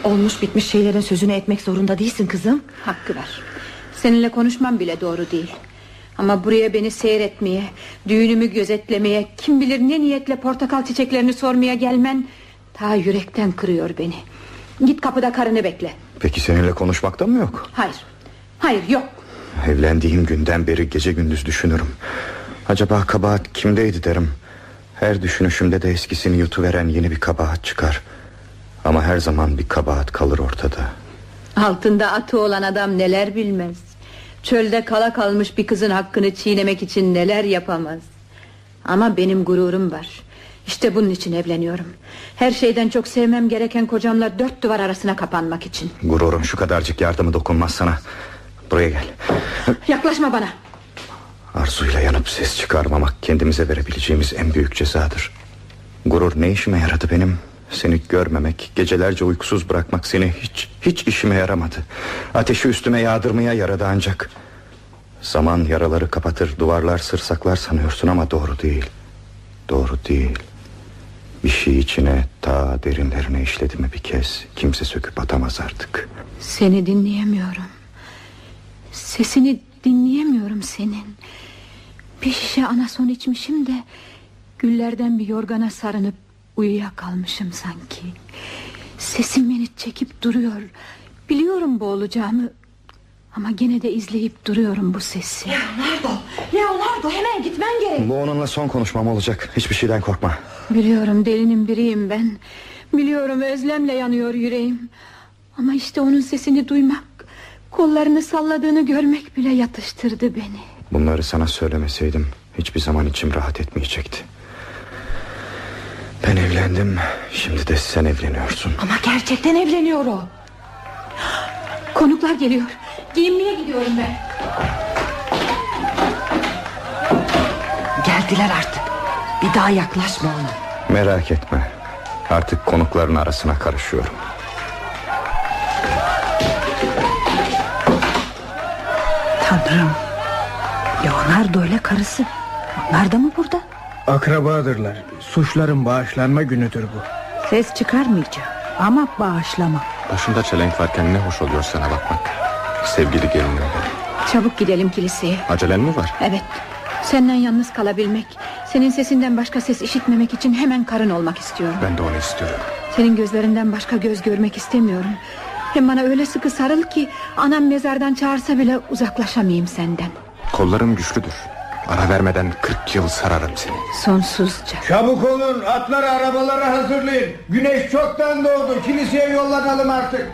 [SPEAKER 4] Olmuş bitmiş şeylerin sözünü etmek zorunda değilsin kızım.
[SPEAKER 10] Hakkı var. Seninle konuşmam bile doğru değil. Ama buraya beni seyretmeye, düğünümü gözetlemeye, kim bilir ne niyetle portakal çiçeklerini sormaya gelmen ta yürekten kırıyor beni. Git kapıda karını bekle.
[SPEAKER 3] Peki seninle konuşmakta mı yok?
[SPEAKER 10] Hayır, hayır yok.
[SPEAKER 3] Evlendiğim günden beri gece gündüz düşünürüm. Acaba kabahat kimdeydi derim. Her düşünüşümde de eskisini yutuveren yeni bir kabahat çıkar. Ama her zaman bir kabahat kalır ortada.
[SPEAKER 10] Altında atı olan adam neler bilmez. Çölde kala kalmış bir kızın hakkını çiğnemek için neler yapamaz. Ama benim gururum var. İşte bunun için evleniyorum. Her şeyden çok sevmem gereken kocamla dört duvar arasına kapanmak için.
[SPEAKER 3] Gururun şu kadarcık yardımı dokunmaz sana. Buraya gel.
[SPEAKER 10] Yaklaşma bana.
[SPEAKER 3] Arzuyla yanıp ses çıkarmamak kendimize verebileceğimiz en büyük cezadır. Gurur ne işime yaradı benim? Seni görmemek, gecelerce uykusuz bırakmak seni hiç hiç işime yaramadı. Ateşi üstüme yağdırmaya yaradı ancak. Zaman yaraları kapatır, duvarlar sırsaklar sanıyorsun ama doğru değil. Doğru değil. Bir şey içine ta derinlerine işledi mi bir kez kimse söküp atamaz artık.
[SPEAKER 10] Seni dinleyemiyorum. Sesini dinleyemiyorum senin. Bir şişe anason içmişim de güllerden bir yorgana sarınıp uyuyakalmışım sanki. Sesim beni çekip duruyor. Biliyorum boğulacağımı ama gene de izleyip duruyorum bu sesi.
[SPEAKER 4] Leonardo, Leonardo hemen gitmen gerek.
[SPEAKER 3] Bu onunla son konuşmam olacak. Hiçbir şeyden korkma.
[SPEAKER 10] Biliyorum delinin biriyim ben. Biliyorum özlemle yanıyor yüreğim. Ama işte onun sesini duymak, kollarını salladığını görmek bile yatıştırdı beni.
[SPEAKER 3] Bunları sana söylemeseydim hiçbir zaman içim rahat etmeyecekti. Ben evlendim, şimdi de sen evleniyorsun.
[SPEAKER 4] Ama gerçekten evleniyor o.
[SPEAKER 10] Konuklar geliyor. Giyinmeye gidiyorum ben.
[SPEAKER 4] Geldiler artık. Bir daha yaklaşma ona.
[SPEAKER 3] Merak etme. Artık konukların arasına karışıyorum.
[SPEAKER 4] Tanrım, Leonardo ile karısı. Onlar da mı burada?
[SPEAKER 9] Akrabadırlar. Suçların bağışlanma günüdür bu.
[SPEAKER 4] Ses çıkarmayacağım ama bağışlama.
[SPEAKER 3] Başında çelenk varken ne hoş oluyor sana bakmak. Sevgili gelinim.
[SPEAKER 10] Çabuk gidelim kiliseye.
[SPEAKER 3] Acelen mi var?
[SPEAKER 10] Evet. Senden yalnız kalabilmek, senin sesinden başka ses işitmemek için hemen karın olmak istiyorum.
[SPEAKER 3] Ben de onu istiyorum.
[SPEAKER 10] Senin gözlerinden başka göz görmek istemiyorum. Hem bana öyle sıkı sarıl ki anam mezardan çağırsa bile uzaklaşamayayım senden.
[SPEAKER 3] Kollarım güçlüdür. Ara vermeden kırk yıl sararım seni.
[SPEAKER 10] Sonsuzca.
[SPEAKER 9] Çabuk olun, atları arabalara hazırlayın. Güneş çoktan doğdu, kiliseye yollanalım artık.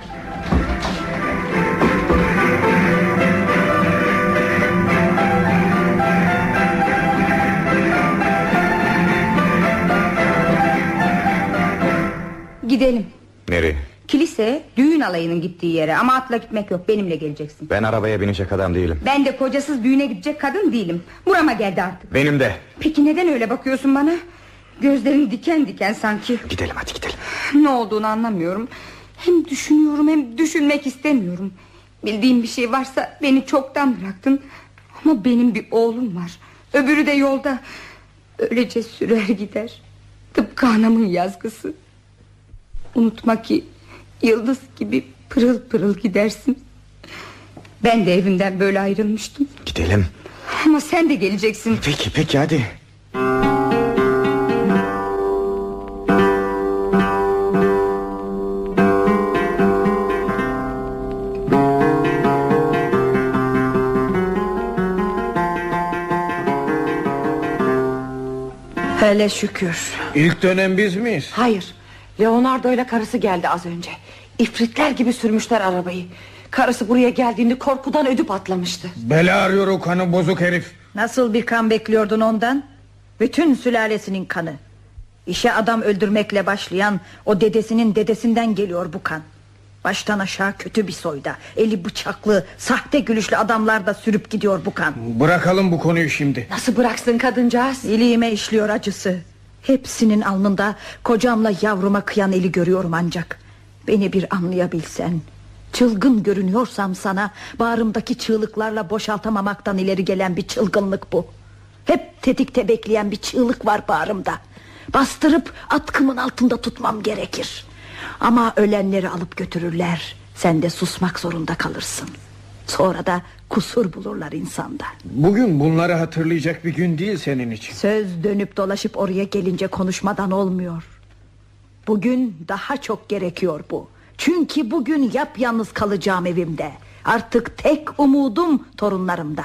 [SPEAKER 1] Gidelim.
[SPEAKER 3] Nereye?
[SPEAKER 1] Kilise, düğün alayının gittiği yere. Ama atla gitmek yok, benimle geleceksin.
[SPEAKER 3] Ben arabaya binecek adam değilim.
[SPEAKER 1] Ben de kocasız düğüne gidecek kadın değilim. Burama geldi artık.
[SPEAKER 3] Benim de.
[SPEAKER 1] Peki neden öyle bakıyorsun bana? Gözlerin diken diken sanki.
[SPEAKER 3] Gidelim hadi gidelim.
[SPEAKER 1] Ne olduğunu anlamıyorum. Hem düşünüyorum hem düşünmek istemiyorum. Bildiğim bir şey varsa beni çoktan bıraktın. Ama benim bir oğlum var. Öbürü de yolda. Öylece sürer gider. Tıpkı anamın yazgısı. Unutma ki yıldız gibi pırıl pırıl gidersin. Ben de evimden böyle ayrılmıştım.
[SPEAKER 3] Gidelim.
[SPEAKER 1] Ama sen de geleceksin.
[SPEAKER 3] Peki peki hadi.
[SPEAKER 4] Hele şükür.
[SPEAKER 9] İlk dönem biz miyiz?
[SPEAKER 8] Hayır, Leonardo ile karısı geldi az önce. İfritler gibi sürmüşler arabayı. Karısı buraya geldiğinde korkudan ödü patlamıştı.
[SPEAKER 9] Bela arıyor o kanı bozuk herif.
[SPEAKER 4] Nasıl bir kan bekliyordun ondan? Bütün sülalesinin kanı. İşe adam öldürmekle başlayan o dedesinin dedesinden geliyor bu kan. Baştan aşağı kötü bir soyda, eli bıçaklı, sahte gülüşlü adamlar da sürüp gidiyor bu kan.
[SPEAKER 9] Bırakalım bu konuyu şimdi.
[SPEAKER 8] Nasıl bıraksın kadıncağız?
[SPEAKER 4] İliğime işliyor acısı. Hepsinin alnında kocamla yavruma kıyan eli görüyorum ancak. Beni bir anlayabilsen. Çılgın görünüyorsam sana, bağrımdaki çığlıklarla boşaltamamaktan ileri gelen bir çılgınlık bu. Hep tetikte bekleyen bir çığlık var bağrımda. Bastırıp atkımın altında tutmam gerekir. Ama ölenleri alıp götürürler. Sen de susmak zorunda kalırsın. Sonra da kusur bulurlar insanda.
[SPEAKER 9] Bugün bunları hatırlayacak bir gün değil senin için.
[SPEAKER 4] Söz dönüp dolaşıp oraya gelince konuşmadan olmuyor. Bugün daha çok gerekiyor bu. Çünkü bugün yapyalnız kalacağım evimde. Artık tek umudum torunlarımda.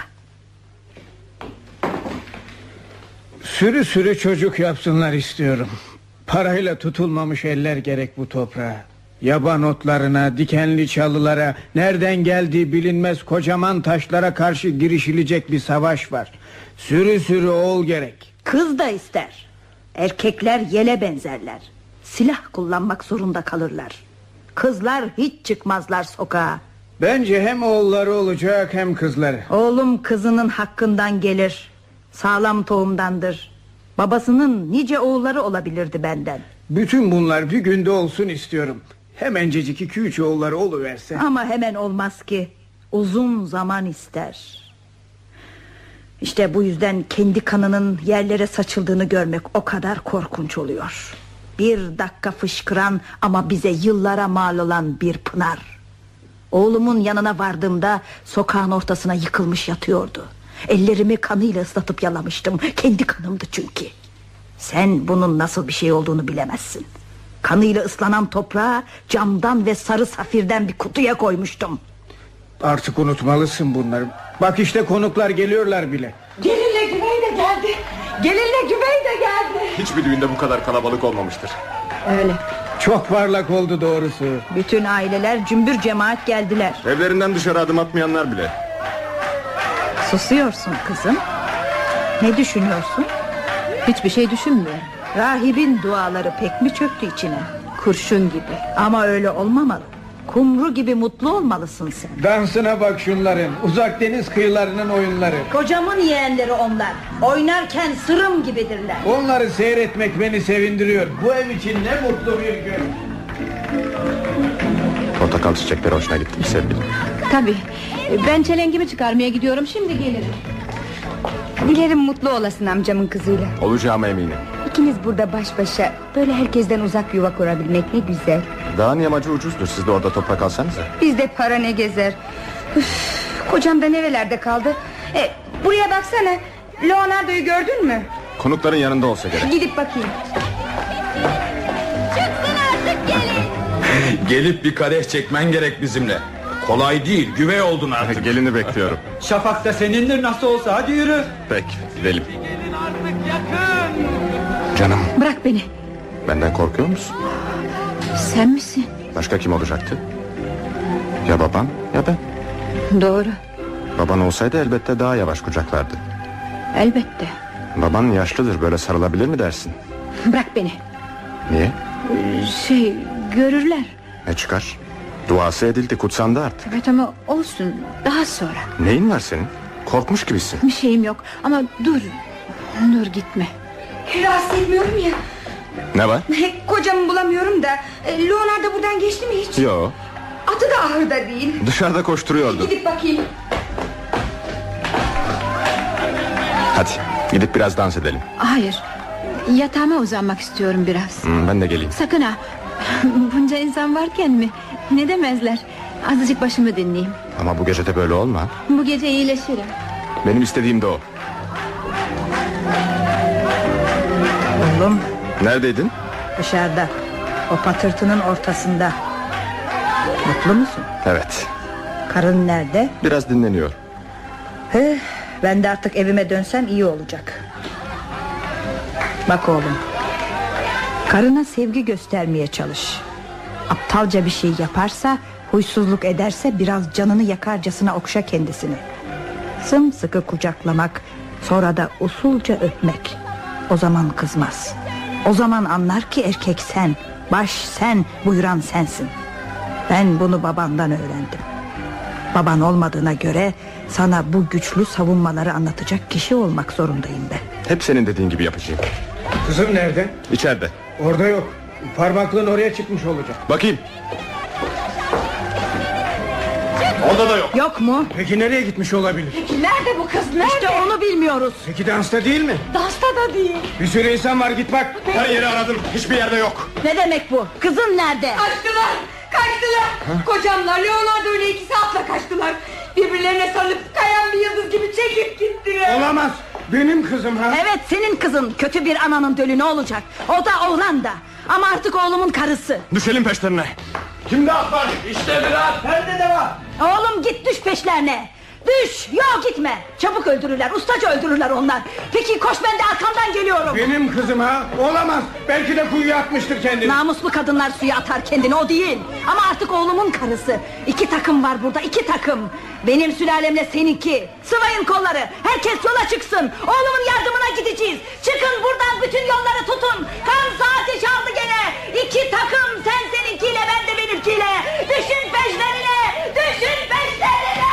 [SPEAKER 9] Sürü sürü çocuk yapsınlar istiyorum. Parayla tutulmamış eller gerek bu toprağa. Yaban otlarına, dikenli çalılara, nereden geldiği bilinmez kocaman taşlara karşı girişilecek bir savaş var. Sürü sürü oğul gerek.
[SPEAKER 4] Kız da ister. Erkekler yele benzerler. Silah kullanmak zorunda kalırlar. Kızlar hiç çıkmazlar sokağa.
[SPEAKER 9] Bence hem oğulları olacak hem kızları.
[SPEAKER 4] Oğlum kızının hakkından gelir. Sağlam tohumdandır. Babasının nice oğulları olabilirdi benden.
[SPEAKER 9] Bütün bunlar bir günde olsun istiyorum. Hemencecik iki üç oğulları oluverse.
[SPEAKER 4] Ama hemen olmaz ki. Uzun zaman ister. İşte bu yüzden kendi kanının yerlere saçıldığını görmek o kadar korkunç oluyor. Bir dakika fışkıran ama bize yıllara mal olan bir pınar. Oğlumun yanına vardığımda sokağın ortasına yıkılmış yatıyordu. Ellerimi kanıyla ıslatıp yalamıştım. Kendi kanımdı çünkü. Sen bunun nasıl bir şey olduğunu bilemezsin. Kanıyla ıslanan toprağa camdan ve sarı safirden bir kutuya koymuştum.
[SPEAKER 9] Artık unutmalısın bunları. Bak işte konuklar geliyorlar bile.
[SPEAKER 8] Gelinle güvey de geldi. Gelinle güvey de geldi.
[SPEAKER 3] Hiçbir düğünde bu kadar kalabalık olmamıştır.
[SPEAKER 4] Öyle.
[SPEAKER 9] Çok parlak oldu doğrusu.
[SPEAKER 4] Bütün aileler cümbür cemaat geldiler.
[SPEAKER 3] Evlerinden dışarı adım atmayanlar bile.
[SPEAKER 4] Susuyorsun kızım. Ne düşünüyorsun?
[SPEAKER 10] Hiçbir şey düşünmüyorum.
[SPEAKER 4] Rahibin duaları pek mi çöktü içine?
[SPEAKER 10] Kurşun gibi.
[SPEAKER 4] Ama öyle olmamalı. Kumru gibi mutlu olmalısın sen.
[SPEAKER 9] Dansına bak şunların. Uzak deniz kıyılarının oyunları.
[SPEAKER 4] Kocamın yeğenleri onlar. Oynarken sırım gibidirler.
[SPEAKER 9] Onları seyretmek beni sevindiriyor. Bu ev için ne mutlu bir gün.
[SPEAKER 3] Portakal çiçekleri hoşuna gitti mi sevgilim?
[SPEAKER 10] Tabii. Ben çelengimi çıkarmaya gidiyorum, şimdi gelirim.
[SPEAKER 6] Dilerim mutlu olasın amcamın kızıyla.
[SPEAKER 3] Olacağıma eminim.
[SPEAKER 6] İkiniz burada baş başa, böyle herkesten uzak yuva kurabilmek ne güzel.
[SPEAKER 3] Dağın yamacı ucuzdur, siz de orada toprak alsanıza.
[SPEAKER 6] Bizde para ne gezer. Üf, kocam da nerelerde kaldı. e, Buraya baksana, Leonardo'yu gördün mü?
[SPEAKER 3] Konukların yanında olsa gerek.
[SPEAKER 6] Gidip bakayım.
[SPEAKER 7] Çıksın artık gelin.
[SPEAKER 11] Gelip bir kadeh çekmen gerek bizimle. Kolay değil, güvey oldun artık.
[SPEAKER 3] Gelini bekliyorum.
[SPEAKER 12] Şafak da senindir nasıl olsa, hadi yürü.
[SPEAKER 3] Peki, gidelim. Canım,
[SPEAKER 10] Bırak beni.
[SPEAKER 3] benden korkuyor musun?
[SPEAKER 10] Sen misin?
[SPEAKER 3] Başka kim olacaktı? Ya babam ya ben.
[SPEAKER 10] Doğru.
[SPEAKER 3] Baban olsaydı elbette daha yavaş kucaklardı.
[SPEAKER 10] Elbette.
[SPEAKER 3] Baban yaşlıdır, böyle sarılabilir mi dersin?
[SPEAKER 10] Bırak beni.
[SPEAKER 3] Niye?
[SPEAKER 10] Şey, görürler.
[SPEAKER 3] Ne çıkar? Duası edildi, kutsandı artık.
[SPEAKER 10] Evet ama olsun, daha sonra.
[SPEAKER 3] Neyin var senin? Korkmuş gibisin.
[SPEAKER 10] Bir şeyim yok ama dur. Dur gitme.
[SPEAKER 6] Rahatsız etmiyorum ya.
[SPEAKER 3] Ne var?
[SPEAKER 6] Kocamı bulamıyorum da. e, Leonardo buradan geçti mi hiç?
[SPEAKER 3] Yo.
[SPEAKER 6] Atı da ahırda değil.
[SPEAKER 3] Dışarıda koşturuyordu.
[SPEAKER 6] Gidip bakayım.
[SPEAKER 3] Hadi gidip biraz dans edelim.
[SPEAKER 10] Hayır. Yatağıma uzanmak istiyorum biraz.
[SPEAKER 3] Hmm, ben de geleyim.
[SPEAKER 10] Sakın ha. Bunca insan varken mi? Ne demezler. Azıcık başımı dinleyeyim.
[SPEAKER 3] Ama bu gece de böyle olma.
[SPEAKER 10] Bu gece iyileşirim.
[SPEAKER 3] Benim istediğim de o.
[SPEAKER 4] Oğlum,
[SPEAKER 3] Neredeydin?
[SPEAKER 4] dışarıda. O patırtının ortasında. Mutlu musun?
[SPEAKER 3] Evet.
[SPEAKER 4] Karın nerede?
[SPEAKER 3] Biraz dinleniyor.
[SPEAKER 4] Heh, ben de artık evime dönsem iyi olacak. Bak oğlum, karına sevgi göstermeye çalış. Aptalca bir şey yaparsa, huysuzluk ederse biraz canını yakarcasına okşa kendisini. Sımsıkı kucaklamak, sonra da usulca öpmek. O zaman kızmaz. O zaman anlar ki erkek sen, baş sen, buyuran sensin. Ben bunu babandan öğrendim. Baban olmadığına göre sana bu güçlü savunmaları anlatacak kişi olmak zorundayım ben.
[SPEAKER 3] Hep senin dediğin gibi yapacağım.
[SPEAKER 9] Kızım nerede?
[SPEAKER 3] İçeride.
[SPEAKER 9] Orada yok. Parmaklığın oraya çıkmış olacak.
[SPEAKER 3] Bakayım.
[SPEAKER 11] Orada da yok.
[SPEAKER 4] Yok mu?
[SPEAKER 9] Peki nereye gitmiş olabilir?
[SPEAKER 8] Peki nerede bu kız, nerede?
[SPEAKER 4] İşte onu bilmiyoruz.
[SPEAKER 9] Peki dansta değil mi?
[SPEAKER 8] Dansta da değil.
[SPEAKER 9] Bir sürü insan var, git bak.
[SPEAKER 11] Her yeri aradım, hiçbir yerde yok.
[SPEAKER 4] Ne demek bu? Kızın nerede?
[SPEAKER 13] Kaçtılar, kaçtılar. Ha? Kocamlar Leonardo ile ikisi atla kaçtılar. Birbirlerine sarılıp kayan bir yıldız gibi çekip gittiler.
[SPEAKER 9] Olamaz, benim kızım ha.
[SPEAKER 4] Evet, senin kızın. Kötü bir ananın dölü ne olacak? O da oğlan da. Ama artık oğlumun karısı.
[SPEAKER 11] Düşelim peşlerine. Kimde at var? İşte bir at. Nerede de var?
[SPEAKER 4] Oğlum git düş peşlerine. Düş, yok gitme. Çabuk öldürürler, ustaca öldürürler onlar. Peki koş, ben de arkamdan geliyorum.
[SPEAKER 9] Benim kızım ha, olamaz. Belki de kuyuya atmıştır kendini.
[SPEAKER 4] Namuslu kadınlar suya atar kendini, o değil. Ama artık oğlumun karısı. İki takım var burada, iki takım. Benim sülalemle seninki. Sıvayın kolları, herkes yola çıksın. Oğlumun yardımına gideceğiz. Çıkın buradan, bütün yolları tutun. Kan saati çaldı gene. İki takım, sen seninkiyle, ben de benimkiyle. Düşün peşlerine, düşün peşlerine.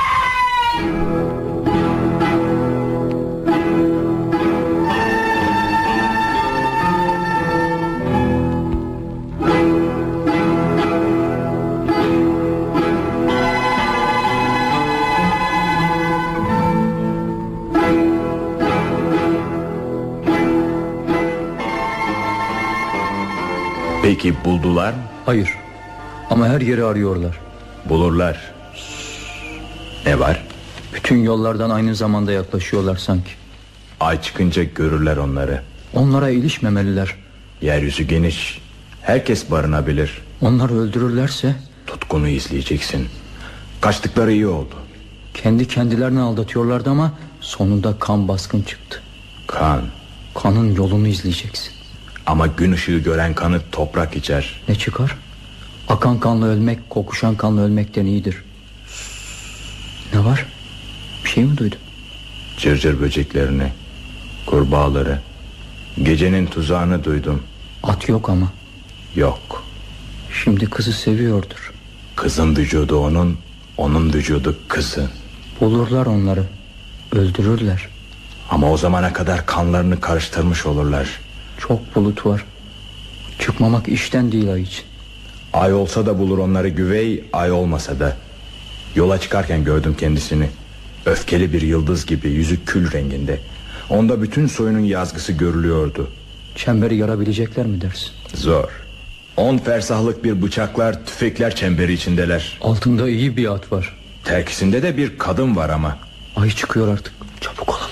[SPEAKER 14] Peki buldular mı?
[SPEAKER 15] Hayır. Ama her yeri arıyorlar.
[SPEAKER 14] Bulurlar. Ne var?
[SPEAKER 15] Bütün yollardan aynı zamanda yaklaşıyorlar sanki.
[SPEAKER 14] Ay çıkınca görürler onları.
[SPEAKER 15] Onlara ilişmemeliler.
[SPEAKER 14] Yeryüzü geniş. Herkes barınabilir.
[SPEAKER 15] Onları öldürürlerse?
[SPEAKER 14] Tutkunu izleyeceksin. Kaçtıkları iyi oldu.
[SPEAKER 15] Kendi kendilerini aldatıyorlardı ama sonunda kan baskın çıktı.
[SPEAKER 14] Kan.
[SPEAKER 15] Kanın yolunu izleyeceksin.
[SPEAKER 14] Ama gün ışığı gören kanı toprak içer.
[SPEAKER 15] Ne çıkar? Akan kanla ölmek, kokuşan kanla ölmekten iyidir. Ne var? Bir şey mi duydun?
[SPEAKER 14] Cırcır böceklerini, kurbağaları, gecenin tuzağını duydum.
[SPEAKER 15] At yok ama.
[SPEAKER 14] Yok.
[SPEAKER 15] Şimdi kızı seviyordur.
[SPEAKER 14] Kızın vücudu onun, onun vücudu kızın.
[SPEAKER 15] Bulurlar onları, öldürürler.
[SPEAKER 14] Ama o zamana kadar kanlarını karıştırmış olurlar.
[SPEAKER 15] Çok bulut var. Çıkmamak işten değil ay için.
[SPEAKER 14] Ay olsa da bulur onları güvey, ay olmasa da. Yola çıkarken gördüm kendisini. Öfkeli bir yıldız gibi, yüzü kül renginde. Onda bütün soyunun yazgısı görülüyordu.
[SPEAKER 15] Çemberi yarabilecekler mi dersin?
[SPEAKER 14] Zor. On fersahlık bir bıçaklar, tüfekler çemberi içindeler.
[SPEAKER 15] Altında iyi bir at var.
[SPEAKER 14] Terkisinde de bir kadın var ama.
[SPEAKER 15] Ay çıkıyor artık, çabuk olalım.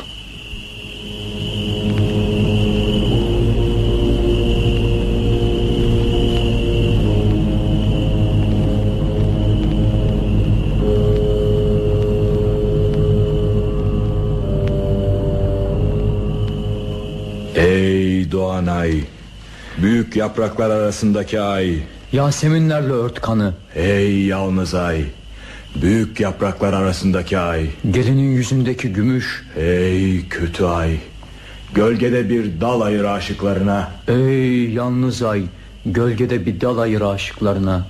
[SPEAKER 14] Ey doğan ay, büyük yapraklar arasındaki ay,
[SPEAKER 15] Yaseminlerle ört kanı.
[SPEAKER 14] Ey yalnız ay, büyük yapraklar arasındaki ay,
[SPEAKER 15] gelinin yüzündeki gümüş.
[SPEAKER 14] Ey kötü ay, gölgede bir dal ayır aşıklarına.
[SPEAKER 15] Ey yalnız ay, gölgede bir dal ayır aşıklarına.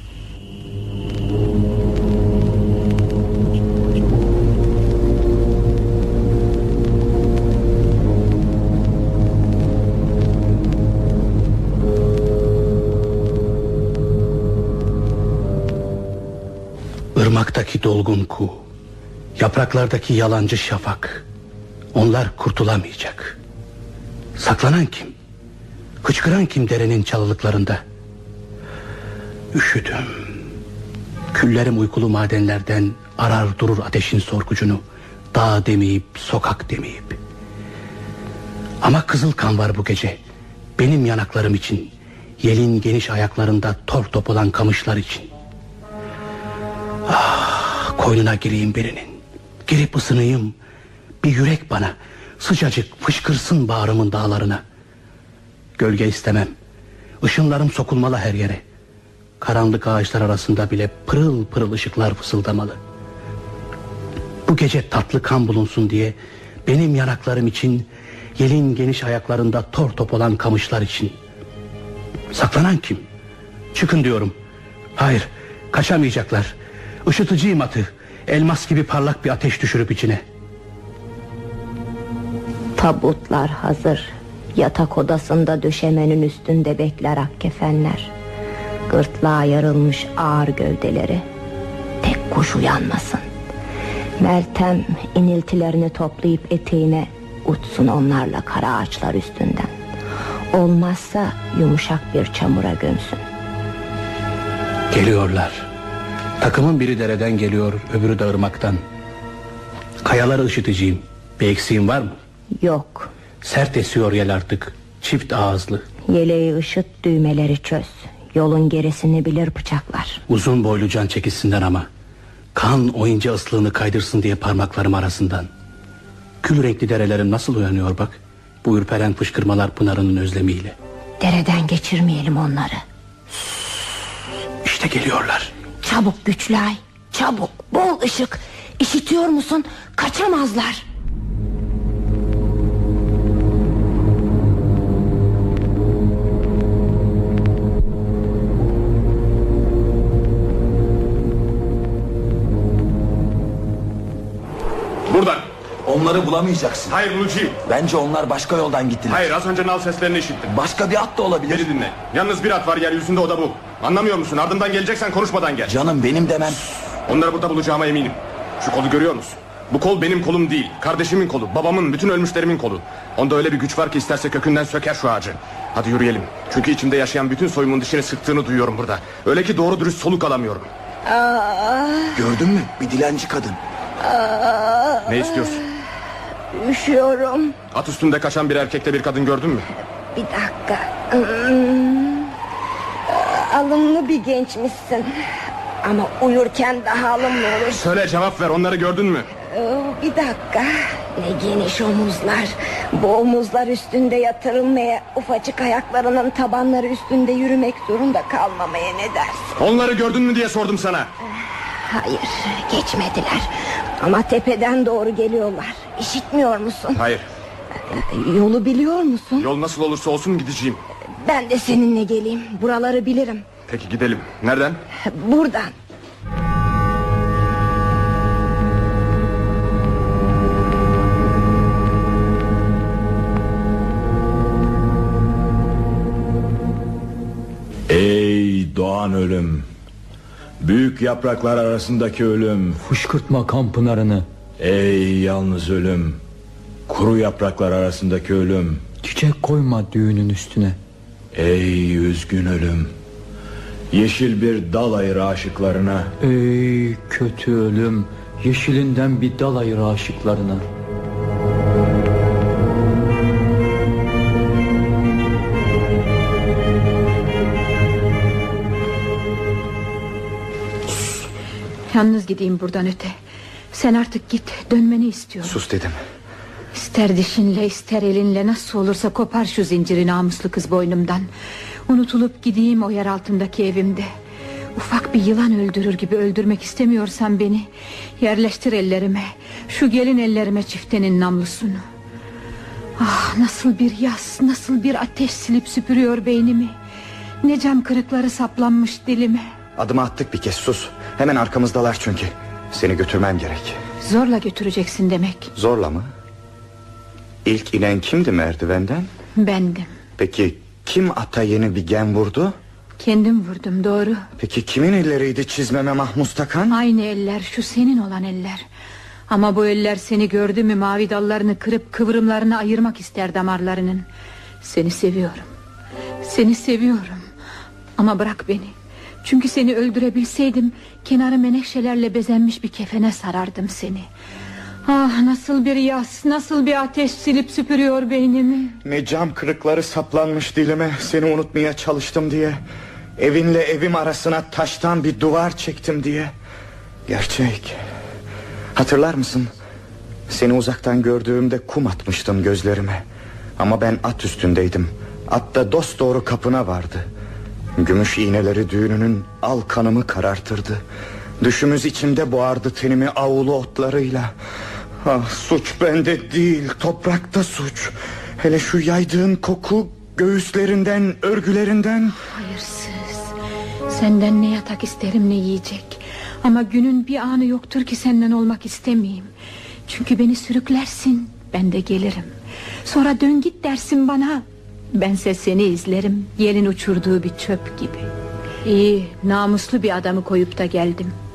[SPEAKER 16] Irmaktaki dolgun kuğu, yapraklardaki yalancı şafak, onlar kurtulamayacak. Saklanan kim? Hıçkıran kim derenin çalılıklarında? Üşüdüm. Küllerim uykulu madenlerden arar durur ateşin sorgucunu, dağ demeyip sokak demeyip. Ama kızıl kan var bu gece, benim yanaklarım için, yelin geniş ayaklarında tor top olan kamışlar için. Ah, koynuna gireyim birinin, girip ısınayım. Bir yürek bana, sıcacık fışkırsın bağrımın dağlarına. Gölge istemem, ışınlarım sokulmalı her yere. Karanlık ağaçlar arasında bile pırıl pırıl ışıklar fısıldamalı. Bu gece tatlı kan bulunsun diye, benim yanaklarım için, yelin geniş ayaklarında tor top olan kamışlar için. Saklanan kim? Çıkın diyorum. Hayır, kaçamayacaklar. Işıtıcıyım atı, elmas gibi parlak bir ateş düşürüp içine.
[SPEAKER 5] Tabutlar hazır. Yatak odasında döşemenin üstünde bekler ak kefenler. Gırtlağa yarılmış ağır gövdeleri. Tek Kuş uyanmasın. Meltem iniltilerini toplayıp eteğine uçsun onlarla kara ağaçlar üstünden. Olmazsa yumuşak bir çamura gömsün.
[SPEAKER 16] Geliyorlar. Takımın biri dereden geliyor, öbürü de ırmaktan. Kayaları ışıtıcıyım. Bir eksiğin var mı?
[SPEAKER 5] Yok.
[SPEAKER 16] Sert esiyor yel artık. Çift ağızlı.
[SPEAKER 5] Yeleği ışıt, düğmeleri çöz. Yolun gerisini bilir bıçaklar.
[SPEAKER 16] Uzun boylu can çekişsinden ama. Kan o ince ıslığını kaydırsın diye parmaklarım arasından. Kül renkli derelerim nasıl uyanıyor bak. Bu ürperen fışkırmalar pınarının özlemiyle.
[SPEAKER 5] Dereden geçirmeyelim onları.
[SPEAKER 16] İşte geliyorlar.
[SPEAKER 5] Çabuk güçlü ay, çabuk, bol ışık. İşitiyor musun? Kaçamazlar.
[SPEAKER 11] Buradan.
[SPEAKER 17] Onları bulamayacaksın.
[SPEAKER 11] Hayır bulacağım.
[SPEAKER 17] Bence onlar başka yoldan gittiler.
[SPEAKER 11] Hayır, az önce nal seslerini işittim.
[SPEAKER 17] Başka bir at da olabilir.
[SPEAKER 11] Beni dinle. Yalnız bir at var yeryüzünde, o da bu. Anlamıyor musun? Ardından geleceksen konuşmadan gel.
[SPEAKER 17] Canım benim demem.
[SPEAKER 11] Onları burada bulacağıma eminim. Şu kolu görüyor musun? Bu kol benim kolum değil. Kardeşimin kolu, babamın, bütün ölmüşlerimin kolu. Onda öyle bir güç var ki isterse kökünden söker şu ağacı. Hadi yürüyelim. Çünkü içimde yaşayan bütün soyumun dişini sıktığını duyuyorum burada. Öyle ki doğru dürüst soluk alamıyorum.
[SPEAKER 7] Aa,
[SPEAKER 17] Gördün mü? Bir dilenci kadın.
[SPEAKER 7] aa,
[SPEAKER 11] Ne istiyorsun?
[SPEAKER 7] Üşüyorum.
[SPEAKER 11] At üstünde kaçan bir erkekle bir kadın gördün mü?
[SPEAKER 7] Bir dakika. Hmm. Alımlı bir gençmişsin. Ama uyurken daha alımlı olur.
[SPEAKER 11] Söyle, cevap ver, onları gördün mü?
[SPEAKER 7] Bir dakika. Ne geniş omuzlar. Bu omuzlar üstünde yatırılmaya, ufacık ayaklarının tabanları üstünde yürümek zorunda kalmamaya ne dersin?
[SPEAKER 11] Onları gördün mü diye sordum sana.
[SPEAKER 7] Hayır, geçmediler. Ama tepeden doğru geliyorlar. İşitmiyor musun?
[SPEAKER 11] Hayır.
[SPEAKER 7] Yolu biliyor musun?
[SPEAKER 11] Yol nasıl olursa olsun gideceğim.
[SPEAKER 7] Ben de seninle geleyim. Buraları bilirim.
[SPEAKER 11] Peki gidelim. Nereden?
[SPEAKER 7] Buradan.
[SPEAKER 14] Ey doğan ölüm, büyük yapraklar arasındaki ölüm,
[SPEAKER 15] fışkırtma kan pınarını.
[SPEAKER 14] Ey yalnız ölüm, kuru yapraklar arasındaki ölüm,
[SPEAKER 15] çiçek koyma düğünün üstüne.
[SPEAKER 14] Ey üzgün ölüm, yeşil bir dal ayır aşıklarına.
[SPEAKER 15] Ey kötü ölüm, yeşilinden bir dal ayır aşıklarına.
[SPEAKER 10] Yalnız gideyim buradan öte. Sen artık git, dönmeni istiyorum.
[SPEAKER 3] Sus dedim.
[SPEAKER 10] İster dişinle ister elinle, nasıl olursa kopar şu zinciri namuslu kız boynumdan. Unutulup gideyim o yer altındaki evimde. Ufak bir yılan öldürür gibi öldürmek istemiyorsan beni, yerleştir ellerime, şu gelin ellerime çiftenin namlusunu. Ah, nasıl bir yas, nasıl bir ateş silip süpürüyor beynimi. Ne cam kırıkları saplanmış dilime.
[SPEAKER 3] Adımı attık bir kez, sus. Hemen arkamızdalar çünkü. Seni götürmem gerek.
[SPEAKER 10] Zorla götüreceksin demek.
[SPEAKER 3] Zorla mı? İlk inen kimdi merdivenden?
[SPEAKER 10] Bendim.
[SPEAKER 3] Peki kim ata yeni bir gen vurdu?
[SPEAKER 10] Kendim vurdum, doğru.
[SPEAKER 3] Peki kimin elleriydi çizmeme mahmus takan?
[SPEAKER 10] Aynı eller, şu senin olan eller. Ama bu eller seni gördü mü mavi dallarını kırıp kıvrımlarını ayırmak ister damarlarının. Seni seviyorum. Seni seviyorum. Ama bırak beni. Çünkü seni öldürebilseydim kenarı menekşelerle bezenmiş bir kefene sarardım seni. Ah, nasıl bir yas, nasıl bir ateş silip süpürüyor beynimi.
[SPEAKER 3] Ne cam kırıkları saplanmış dilime, seni unutmaya çalıştım diye. Evinle evim arasına taştan bir duvar çektim diye. Gerçek. Hatırlar mısın? Seni uzaktan gördüğümde kum atmıştım gözlerime. Ama ben at üstündeydim. At da dosdoğru kapına vardı. Gümüş iğneleri düğününün al kanımı karartırdı. Düşümüz içimde boğardı tenimi avulu otlarıyla. Ah, suç bende değil, toprakta suç. Hele şu yaydığın koku göğüslerinden, örgülerinden.
[SPEAKER 10] Hayırsız. Senden ne yatak isterim ne yiyecek. Ama günün bir anı yoktur ki senden olmak istemeyeyim. Çünkü beni sürüklersin, ben de gelirim. Sonra dön git dersin bana, bense seni izlerim, yelin uçurduğu bir çöp gibi. İyi, namuslu bir adamı koyup da geldim.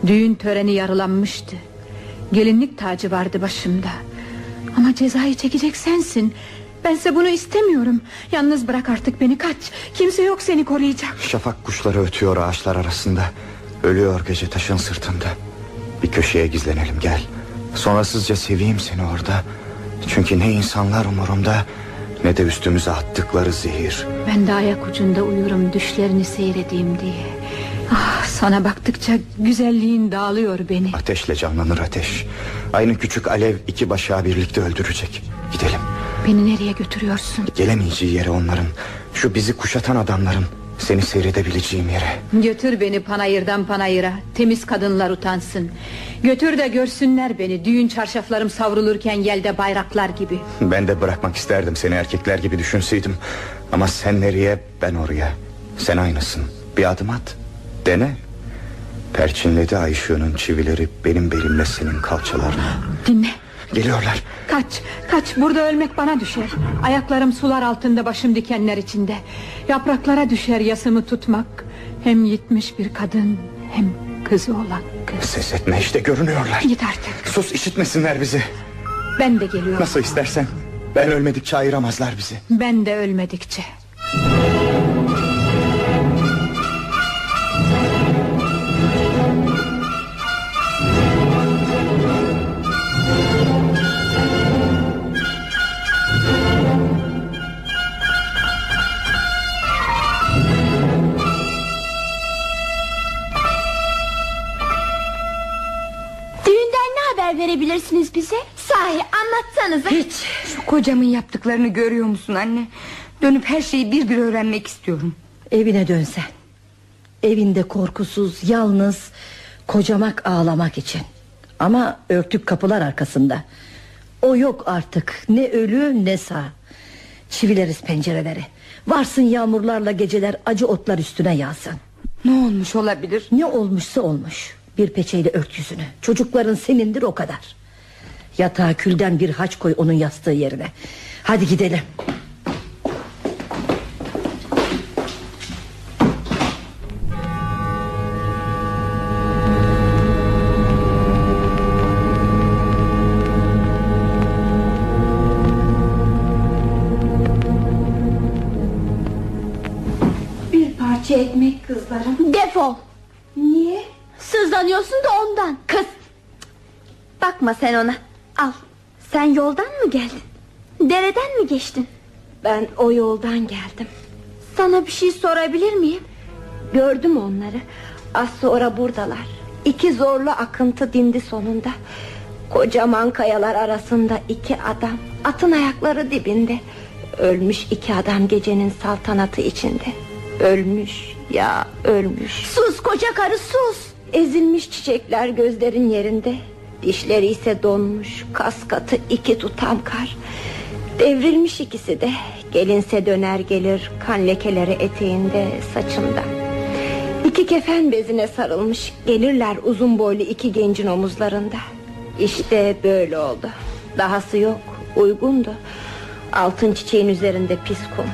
[SPEAKER 10] Düğün töreni yarılanmıştı. Gelinlik tacı vardı başımda. Ama cezayı çekecek sensin. Bense bunu istemiyorum. Yalnız bırak artık beni, kaç. Kimse yok seni koruyacak.
[SPEAKER 3] Şafak kuşları ötüyor ağaçlar arasında. Ölüyor gece taşın sırtında. Bir köşeye gizlenelim, gel. Sonrasızca seveyim seni orada. Çünkü ne insanlar umurumda, ne de üstümüze attıkları zehir.
[SPEAKER 10] Ben de ayak ucunda uyurum düşlerini seyredeyim diye. Ah, sana baktıkça güzelliğin dağılıyor beni.
[SPEAKER 3] Ateşle canlanır ateş. Aynı küçük alev iki başağı birlikte öldürecek. Gidelim.
[SPEAKER 10] Beni nereye götürüyorsun?
[SPEAKER 3] Gelemeyeceği yere onların. Şu bizi kuşatan adamların. Seni seyredebileceğim yere.
[SPEAKER 10] Götür beni panayırdan panayıra. Temiz kadınlar utansın. Götür de görsünler beni. Düğün çarşaflarım savrulurken yelde bayraklar gibi.
[SPEAKER 3] Ben de bırakmak isterdim seni, erkekler gibi düşünseydim. Ama sen nereye, ben oraya. Sen aynısın. Bir adım at, dene. Perçinledi ay ışığının çivileri benim belimle senin kalçalarına.
[SPEAKER 10] Dinle.
[SPEAKER 3] Geliyorlar.
[SPEAKER 10] Kaç, kaç, burada ölmek bana düşer. Ayaklarım sular altında, başım dikenler içinde. Yapraklara düşer yasımı tutmak. Hem yitmiş bir kadın, hem kızı olan kız.
[SPEAKER 3] Ses etme, işte görünüyorlar.
[SPEAKER 10] Git artık.
[SPEAKER 3] Sus, işitmesinler bizi.
[SPEAKER 10] Ben de geliyorum.
[SPEAKER 3] Nasıl istersen. Ben ölmedikçe ayıramazlar bizi.
[SPEAKER 10] Ben de ölmedikçe.
[SPEAKER 7] Verebilirsiniz bize. Sahi anlatsanıza.
[SPEAKER 1] Hiç. Şu kocamın yaptıklarını görüyor musun anne? Dönüp her şeyi bir bir öğrenmek istiyorum.
[SPEAKER 5] Evine dönsen. Evinde korkusuz, yalnız, kocamak ağlamak için. Ama örtük kapılar arkasında. O yok artık, ne ölü ne sağ. Çivileriz pencereleri. Varsın yağmurlarla geceler acı otlar üstüne yağsın.
[SPEAKER 1] Ne olmuş olabilir?
[SPEAKER 5] Ne olmuşsa olmuş. Bir peçeyle ört yüzünü. Çocukların senindir, o kadar. Yatağa külden bir haç koy onun yastığı yerine. Hadi gidelim.
[SPEAKER 7] Bir parça ekmek kızlarım. Defol. Niye? Sızlanıyorsun da ondan. Kız, bakma sen ona. Al. Sen yoldan mı geldin? Dereden mi geçtin? Ben o yoldan geldim. Sana bir şey sorabilir miyim? Gördüm onları. Az sonra buradalar. İki zorlu akıntı dindi sonunda. Kocaman kayalar arasında iki adam, atın ayakları dibinde. Ölmüş iki adam gecenin saltanatı içinde. Ölmüş ya ölmüş. Sus koca karı sus. Ezilmiş çiçekler gözlerin yerinde. Dişleri ise donmuş, kas katı iki tutam kar. Devrilmiş ikisi de. Gelinse döner gelir, kan lekeleri eteğinde, saçında. İki kefen bezine sarılmış, gelirler uzun boylu iki gencin omuzlarında. İşte böyle oldu. Dahası yok, uygundu. Altın çiçeğin üzerinde pis kum.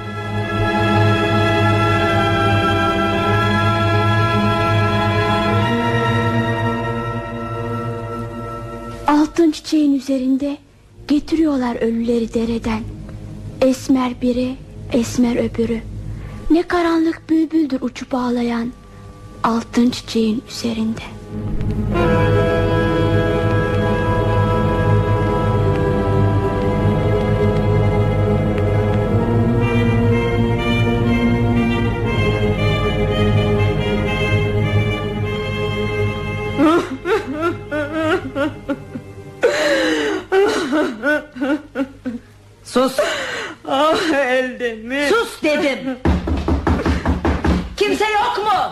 [SPEAKER 18] Altın çiçeğin üzerinde getiriyorlar ölüleri dereden. Esmer biri, esmer öbürü. Ne karanlık bülbüldür uçup ağlayan altın çiçeğin üzerinde.
[SPEAKER 5] Sus.
[SPEAKER 1] Ah elde mi?
[SPEAKER 5] Sus dedim. Kimse yok mu?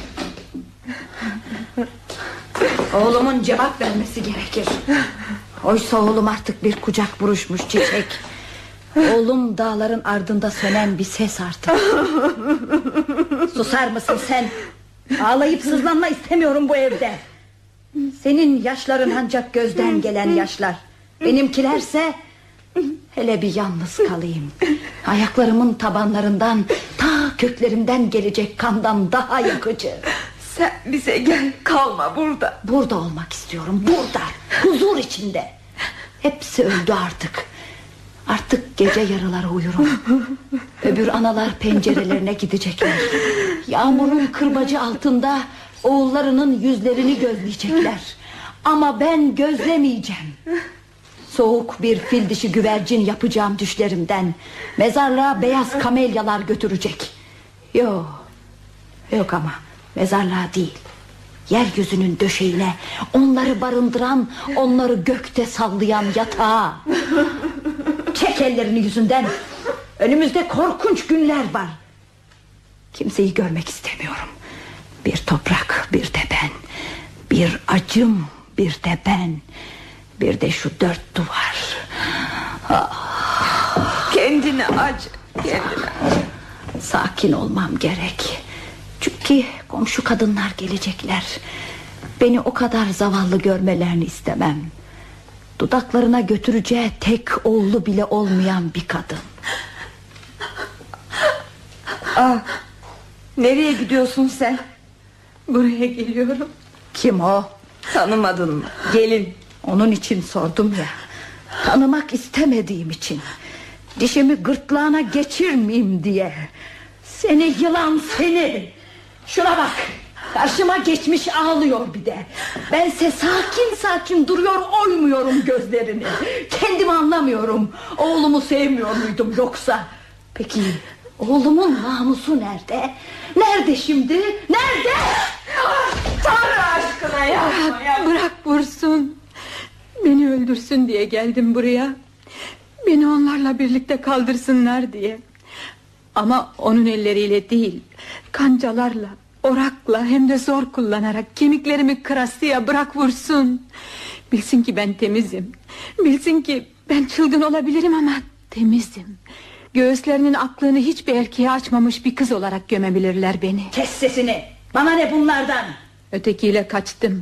[SPEAKER 4] Oğlumun cevap vermesi gerekir. Oysa oğlum artık bir kucak buruşmuş çiçek.
[SPEAKER 5] Oğlum dağların ardında sönen bir ses artık. Susar mısın sen? Ağlayıp sızlanma istemiyorum bu evde. Senin yaşların ancak gözden gelen yaşlar. Benimkilerse hele bir yalnız kalayım. Ayaklarımın tabanlarından, ta köklerimden gelecek kandan daha yakıcı.
[SPEAKER 13] Sen bize gel, kalma burada.
[SPEAKER 5] Burada olmak istiyorum, burada, huzur içinde. Hepsi öldü artık. Artık gece yarıları uyurum. Öbür analar pencerelerine gidecekler. Yağmurun kırbacı altında oğullarının yüzlerini gözleyecekler. Ama ben gözlemeyeceğim. Soğuk bir fil dişi güvercin yapacağım düşlerimden. Mezarlığa beyaz kamelyalar götürecek. Yok, yok ama mezarlığa değil, yeryüzünün döşeğine, onları barındıran, onları gökte sallayan yatağa. Çek ellerini yüzünden. Önümüzde korkunç günler var. Kimseyi görmek istemiyorum. Bir toprak, bir de ben. Bir acım, bir de ben. Bir de şu dört duvar.
[SPEAKER 13] Ah. Kendine acı, kendine acı.
[SPEAKER 5] Sakin olmam gerek. Çünkü komşu kadınlar gelecekler. Beni o kadar zavallı görmelerini istemem. Dudaklarına götüreceği tek oğlu bile olmayan bir kadın.
[SPEAKER 13] Ah, nereye gidiyorsun sen?
[SPEAKER 10] Buraya geliyorum.
[SPEAKER 5] Kim o?
[SPEAKER 13] Tanımadın mı? Gelin.
[SPEAKER 5] Onun için sordum ya. Tanımak istemediğim için. Dişimi gırtlağına geçirmeyeyim diye. Seni yılan seni. Şuna bak, karşıma geçmiş ağlıyor bir de. Bense sakin sakin duruyor, oymuyorum gözlerini. Kendimi anlamıyorum. Oğlumu sevmiyor muydum yoksa? Peki oğlumun namusu nerede? Nerede şimdi? Nerede?
[SPEAKER 13] Tanrı aşkına yapma, yapma.
[SPEAKER 10] Bırak vursun. Beni öldürsün diye geldim buraya. Beni onlarla birlikte kaldırsınlar diye. Ama onun elleriyle değil, kancalarla, orakla, hem de zor kullanarak kemiklerimi kırasıya bırak vursun. Bilsin ki ben temizim. Bilsin ki ben çılgın olabilirim ama temizim. Göğüslerinin aklını hiçbir erkeğe açmamış bir kız olarak gömebilirler beni.
[SPEAKER 5] Kes sesini. Bana ne bunlardan?
[SPEAKER 10] Ötekiyle kaçtım.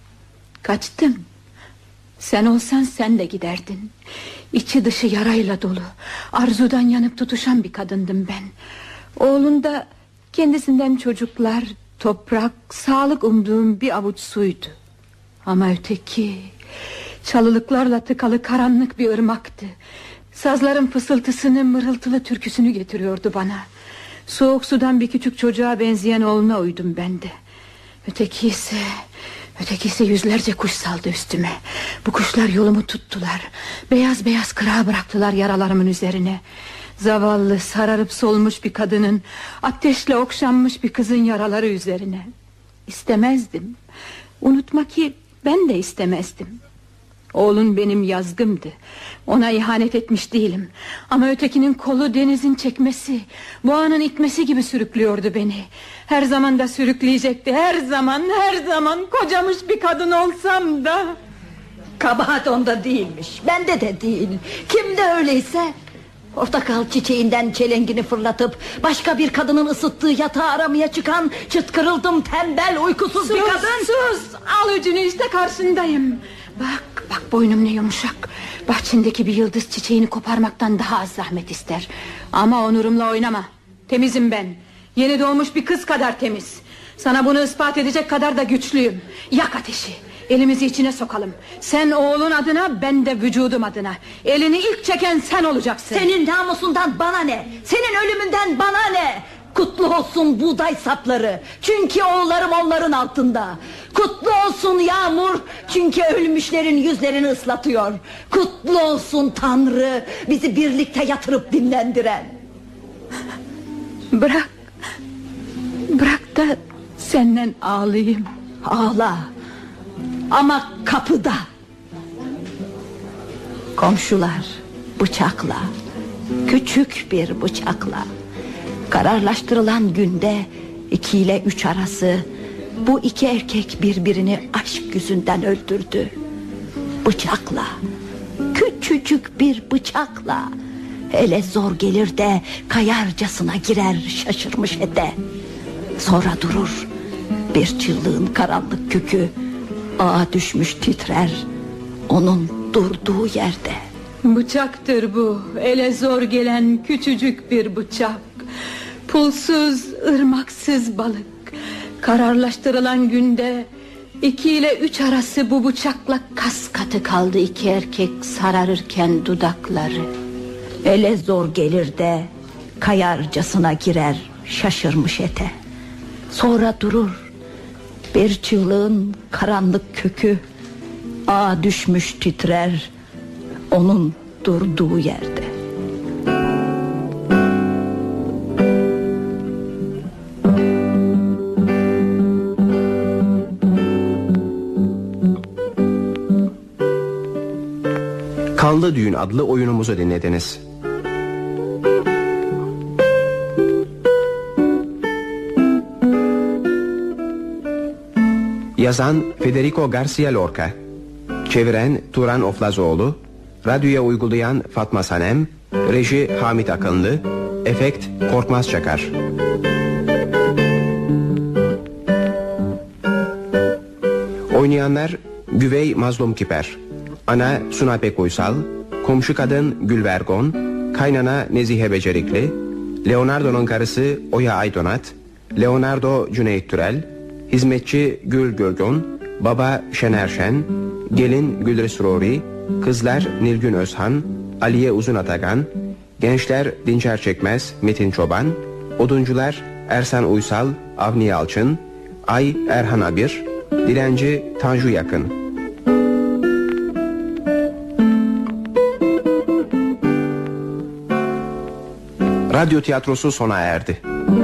[SPEAKER 10] Kaçtım. Sen olsan sen de giderdin. İçi dışı yarayla dolu, arzudan yanıp tutuşan bir kadındım ben. Oğlunda kendisinden çocuklar, toprak, sağlık umduğum bir avuç suydu. Ama öteki çalılıklarla tıkalı karanlık bir ırmaktı. Sazların fısıltısını, mırıltılı türküsünü getiriyordu bana. Soğuk sudan bir küçük çocuğa benzeyen oğluna uydum ben de. Öteki ise... Öteki ise yüzlerce kuş saldı üstüme. Bu kuşlar yolumu tuttular. Beyaz beyaz kıra bıraktılar yaralarımın üzerine. Zavallı, sararıp solmuş bir kadının, ateşle okşanmış bir kızın yaraları üzerine. İstemezdim. Unutma ki ben de istemezdim. Oğlun benim yazgımdı. Ona ihanet etmiş değilim. Ama ötekinin kolu denizin çekmesi, boğanın itmesi gibi sürüklüyordu beni. Her zaman da sürükleyecekti. Her zaman, her zaman kocamış bir kadın olsam da.
[SPEAKER 5] Kabahat onda değilmiş, bende de değil. Kimde öyleyse? Portakal çiçeğinden çelengini fırlatıp başka bir kadının ısıttığı yatağı aramaya çıkan çıt kırıldım tembel uykusuz
[SPEAKER 10] sus,
[SPEAKER 5] bir kadın.
[SPEAKER 10] Sus, al öcünü, işte karşındayım. Bak, bak boynum ne yumuşak. Bahçendeki bir yıldız çiçeğini koparmaktan daha az zahmet ister. Ama onurumla oynama. Temizim ben. Yeni doğmuş bir kız kadar temiz. Sana bunu ispat edecek kadar da güçlüyüm. Yak ateşi. Elimizi içine sokalım. Sen oğlun adına, ben de vücudum adına. Elini ilk çeken sen olacaksın.
[SPEAKER 5] Senin namusundan bana ne? Senin ölümünden bana ne? Kutlu olsun buğday sapları, çünkü oğullarım onların altında. Kutlu olsun yağmur, çünkü ölmüşlerin yüzlerini ıslatıyor. Kutlu olsun Tanrı, bizi birlikte yatırıp dinlendiren.
[SPEAKER 10] Bırak. Bırak da senden ağlayayım.
[SPEAKER 5] Ağla. Ama kapıda. Komşular bıçakla, küçük bir bıçakla, kararlaştırılan günde iki ile üç arası bu iki erkek birbirini aşk yüzünden öldürdü. Bıçakla, küçücük bir bıçakla. Hele zor gelir de kayarcasına girer şaşırmış ete. Sonra durur, bir çığlığın karanlık kökü ağa düşmüş titrer onun durduğu yerde.
[SPEAKER 10] Bıçaktır bu, ele zor gelen küçücük bir bıçak. Pulsuz, ırmaksız balık, Kararlaştırılan günde iki ile üç arası bu bıçakla kas katı kaldı iki erkek sararırken dudakları.
[SPEAKER 4] Ele zor gelir de kayarcasına girer şaşırmış ete. Sonra durur, bir çığlığın karanlık kökü ağa düşmüş titrer onun durduğu yerde.
[SPEAKER 2] Kanlı Düğün adlı oyunumuzu dinlediniz. Yazan Federico Garcia Lorca, çeviren Turan Oflazoğlu, radyoya uygulayan Fatma Sanem, reji Hamit Akınlı, efekt Korkmaz Çakar. Oynayanlar: Güvey Mazlum Kiper, ana Suna Pek Uysal, komşu kadın Gülvergon, kaynana Nezihe Becerikli, Leonardo'nun karısı Oya Aydonat, Leonardo Cüneyt Türel, hizmetçi Gül Gölgon, baba Şener Şen, gelin Gülres Rory, kızlar Nilgün Özhan, Aliye Uzun Atagan, gençler Dinçer Çekmez, Metin Çoban, oduncular Ersan Uysal, Avni Yalçın, Ay Erhan Abir, dilenci Tanju Yakın. Radyo tiyatrosu sona erdi.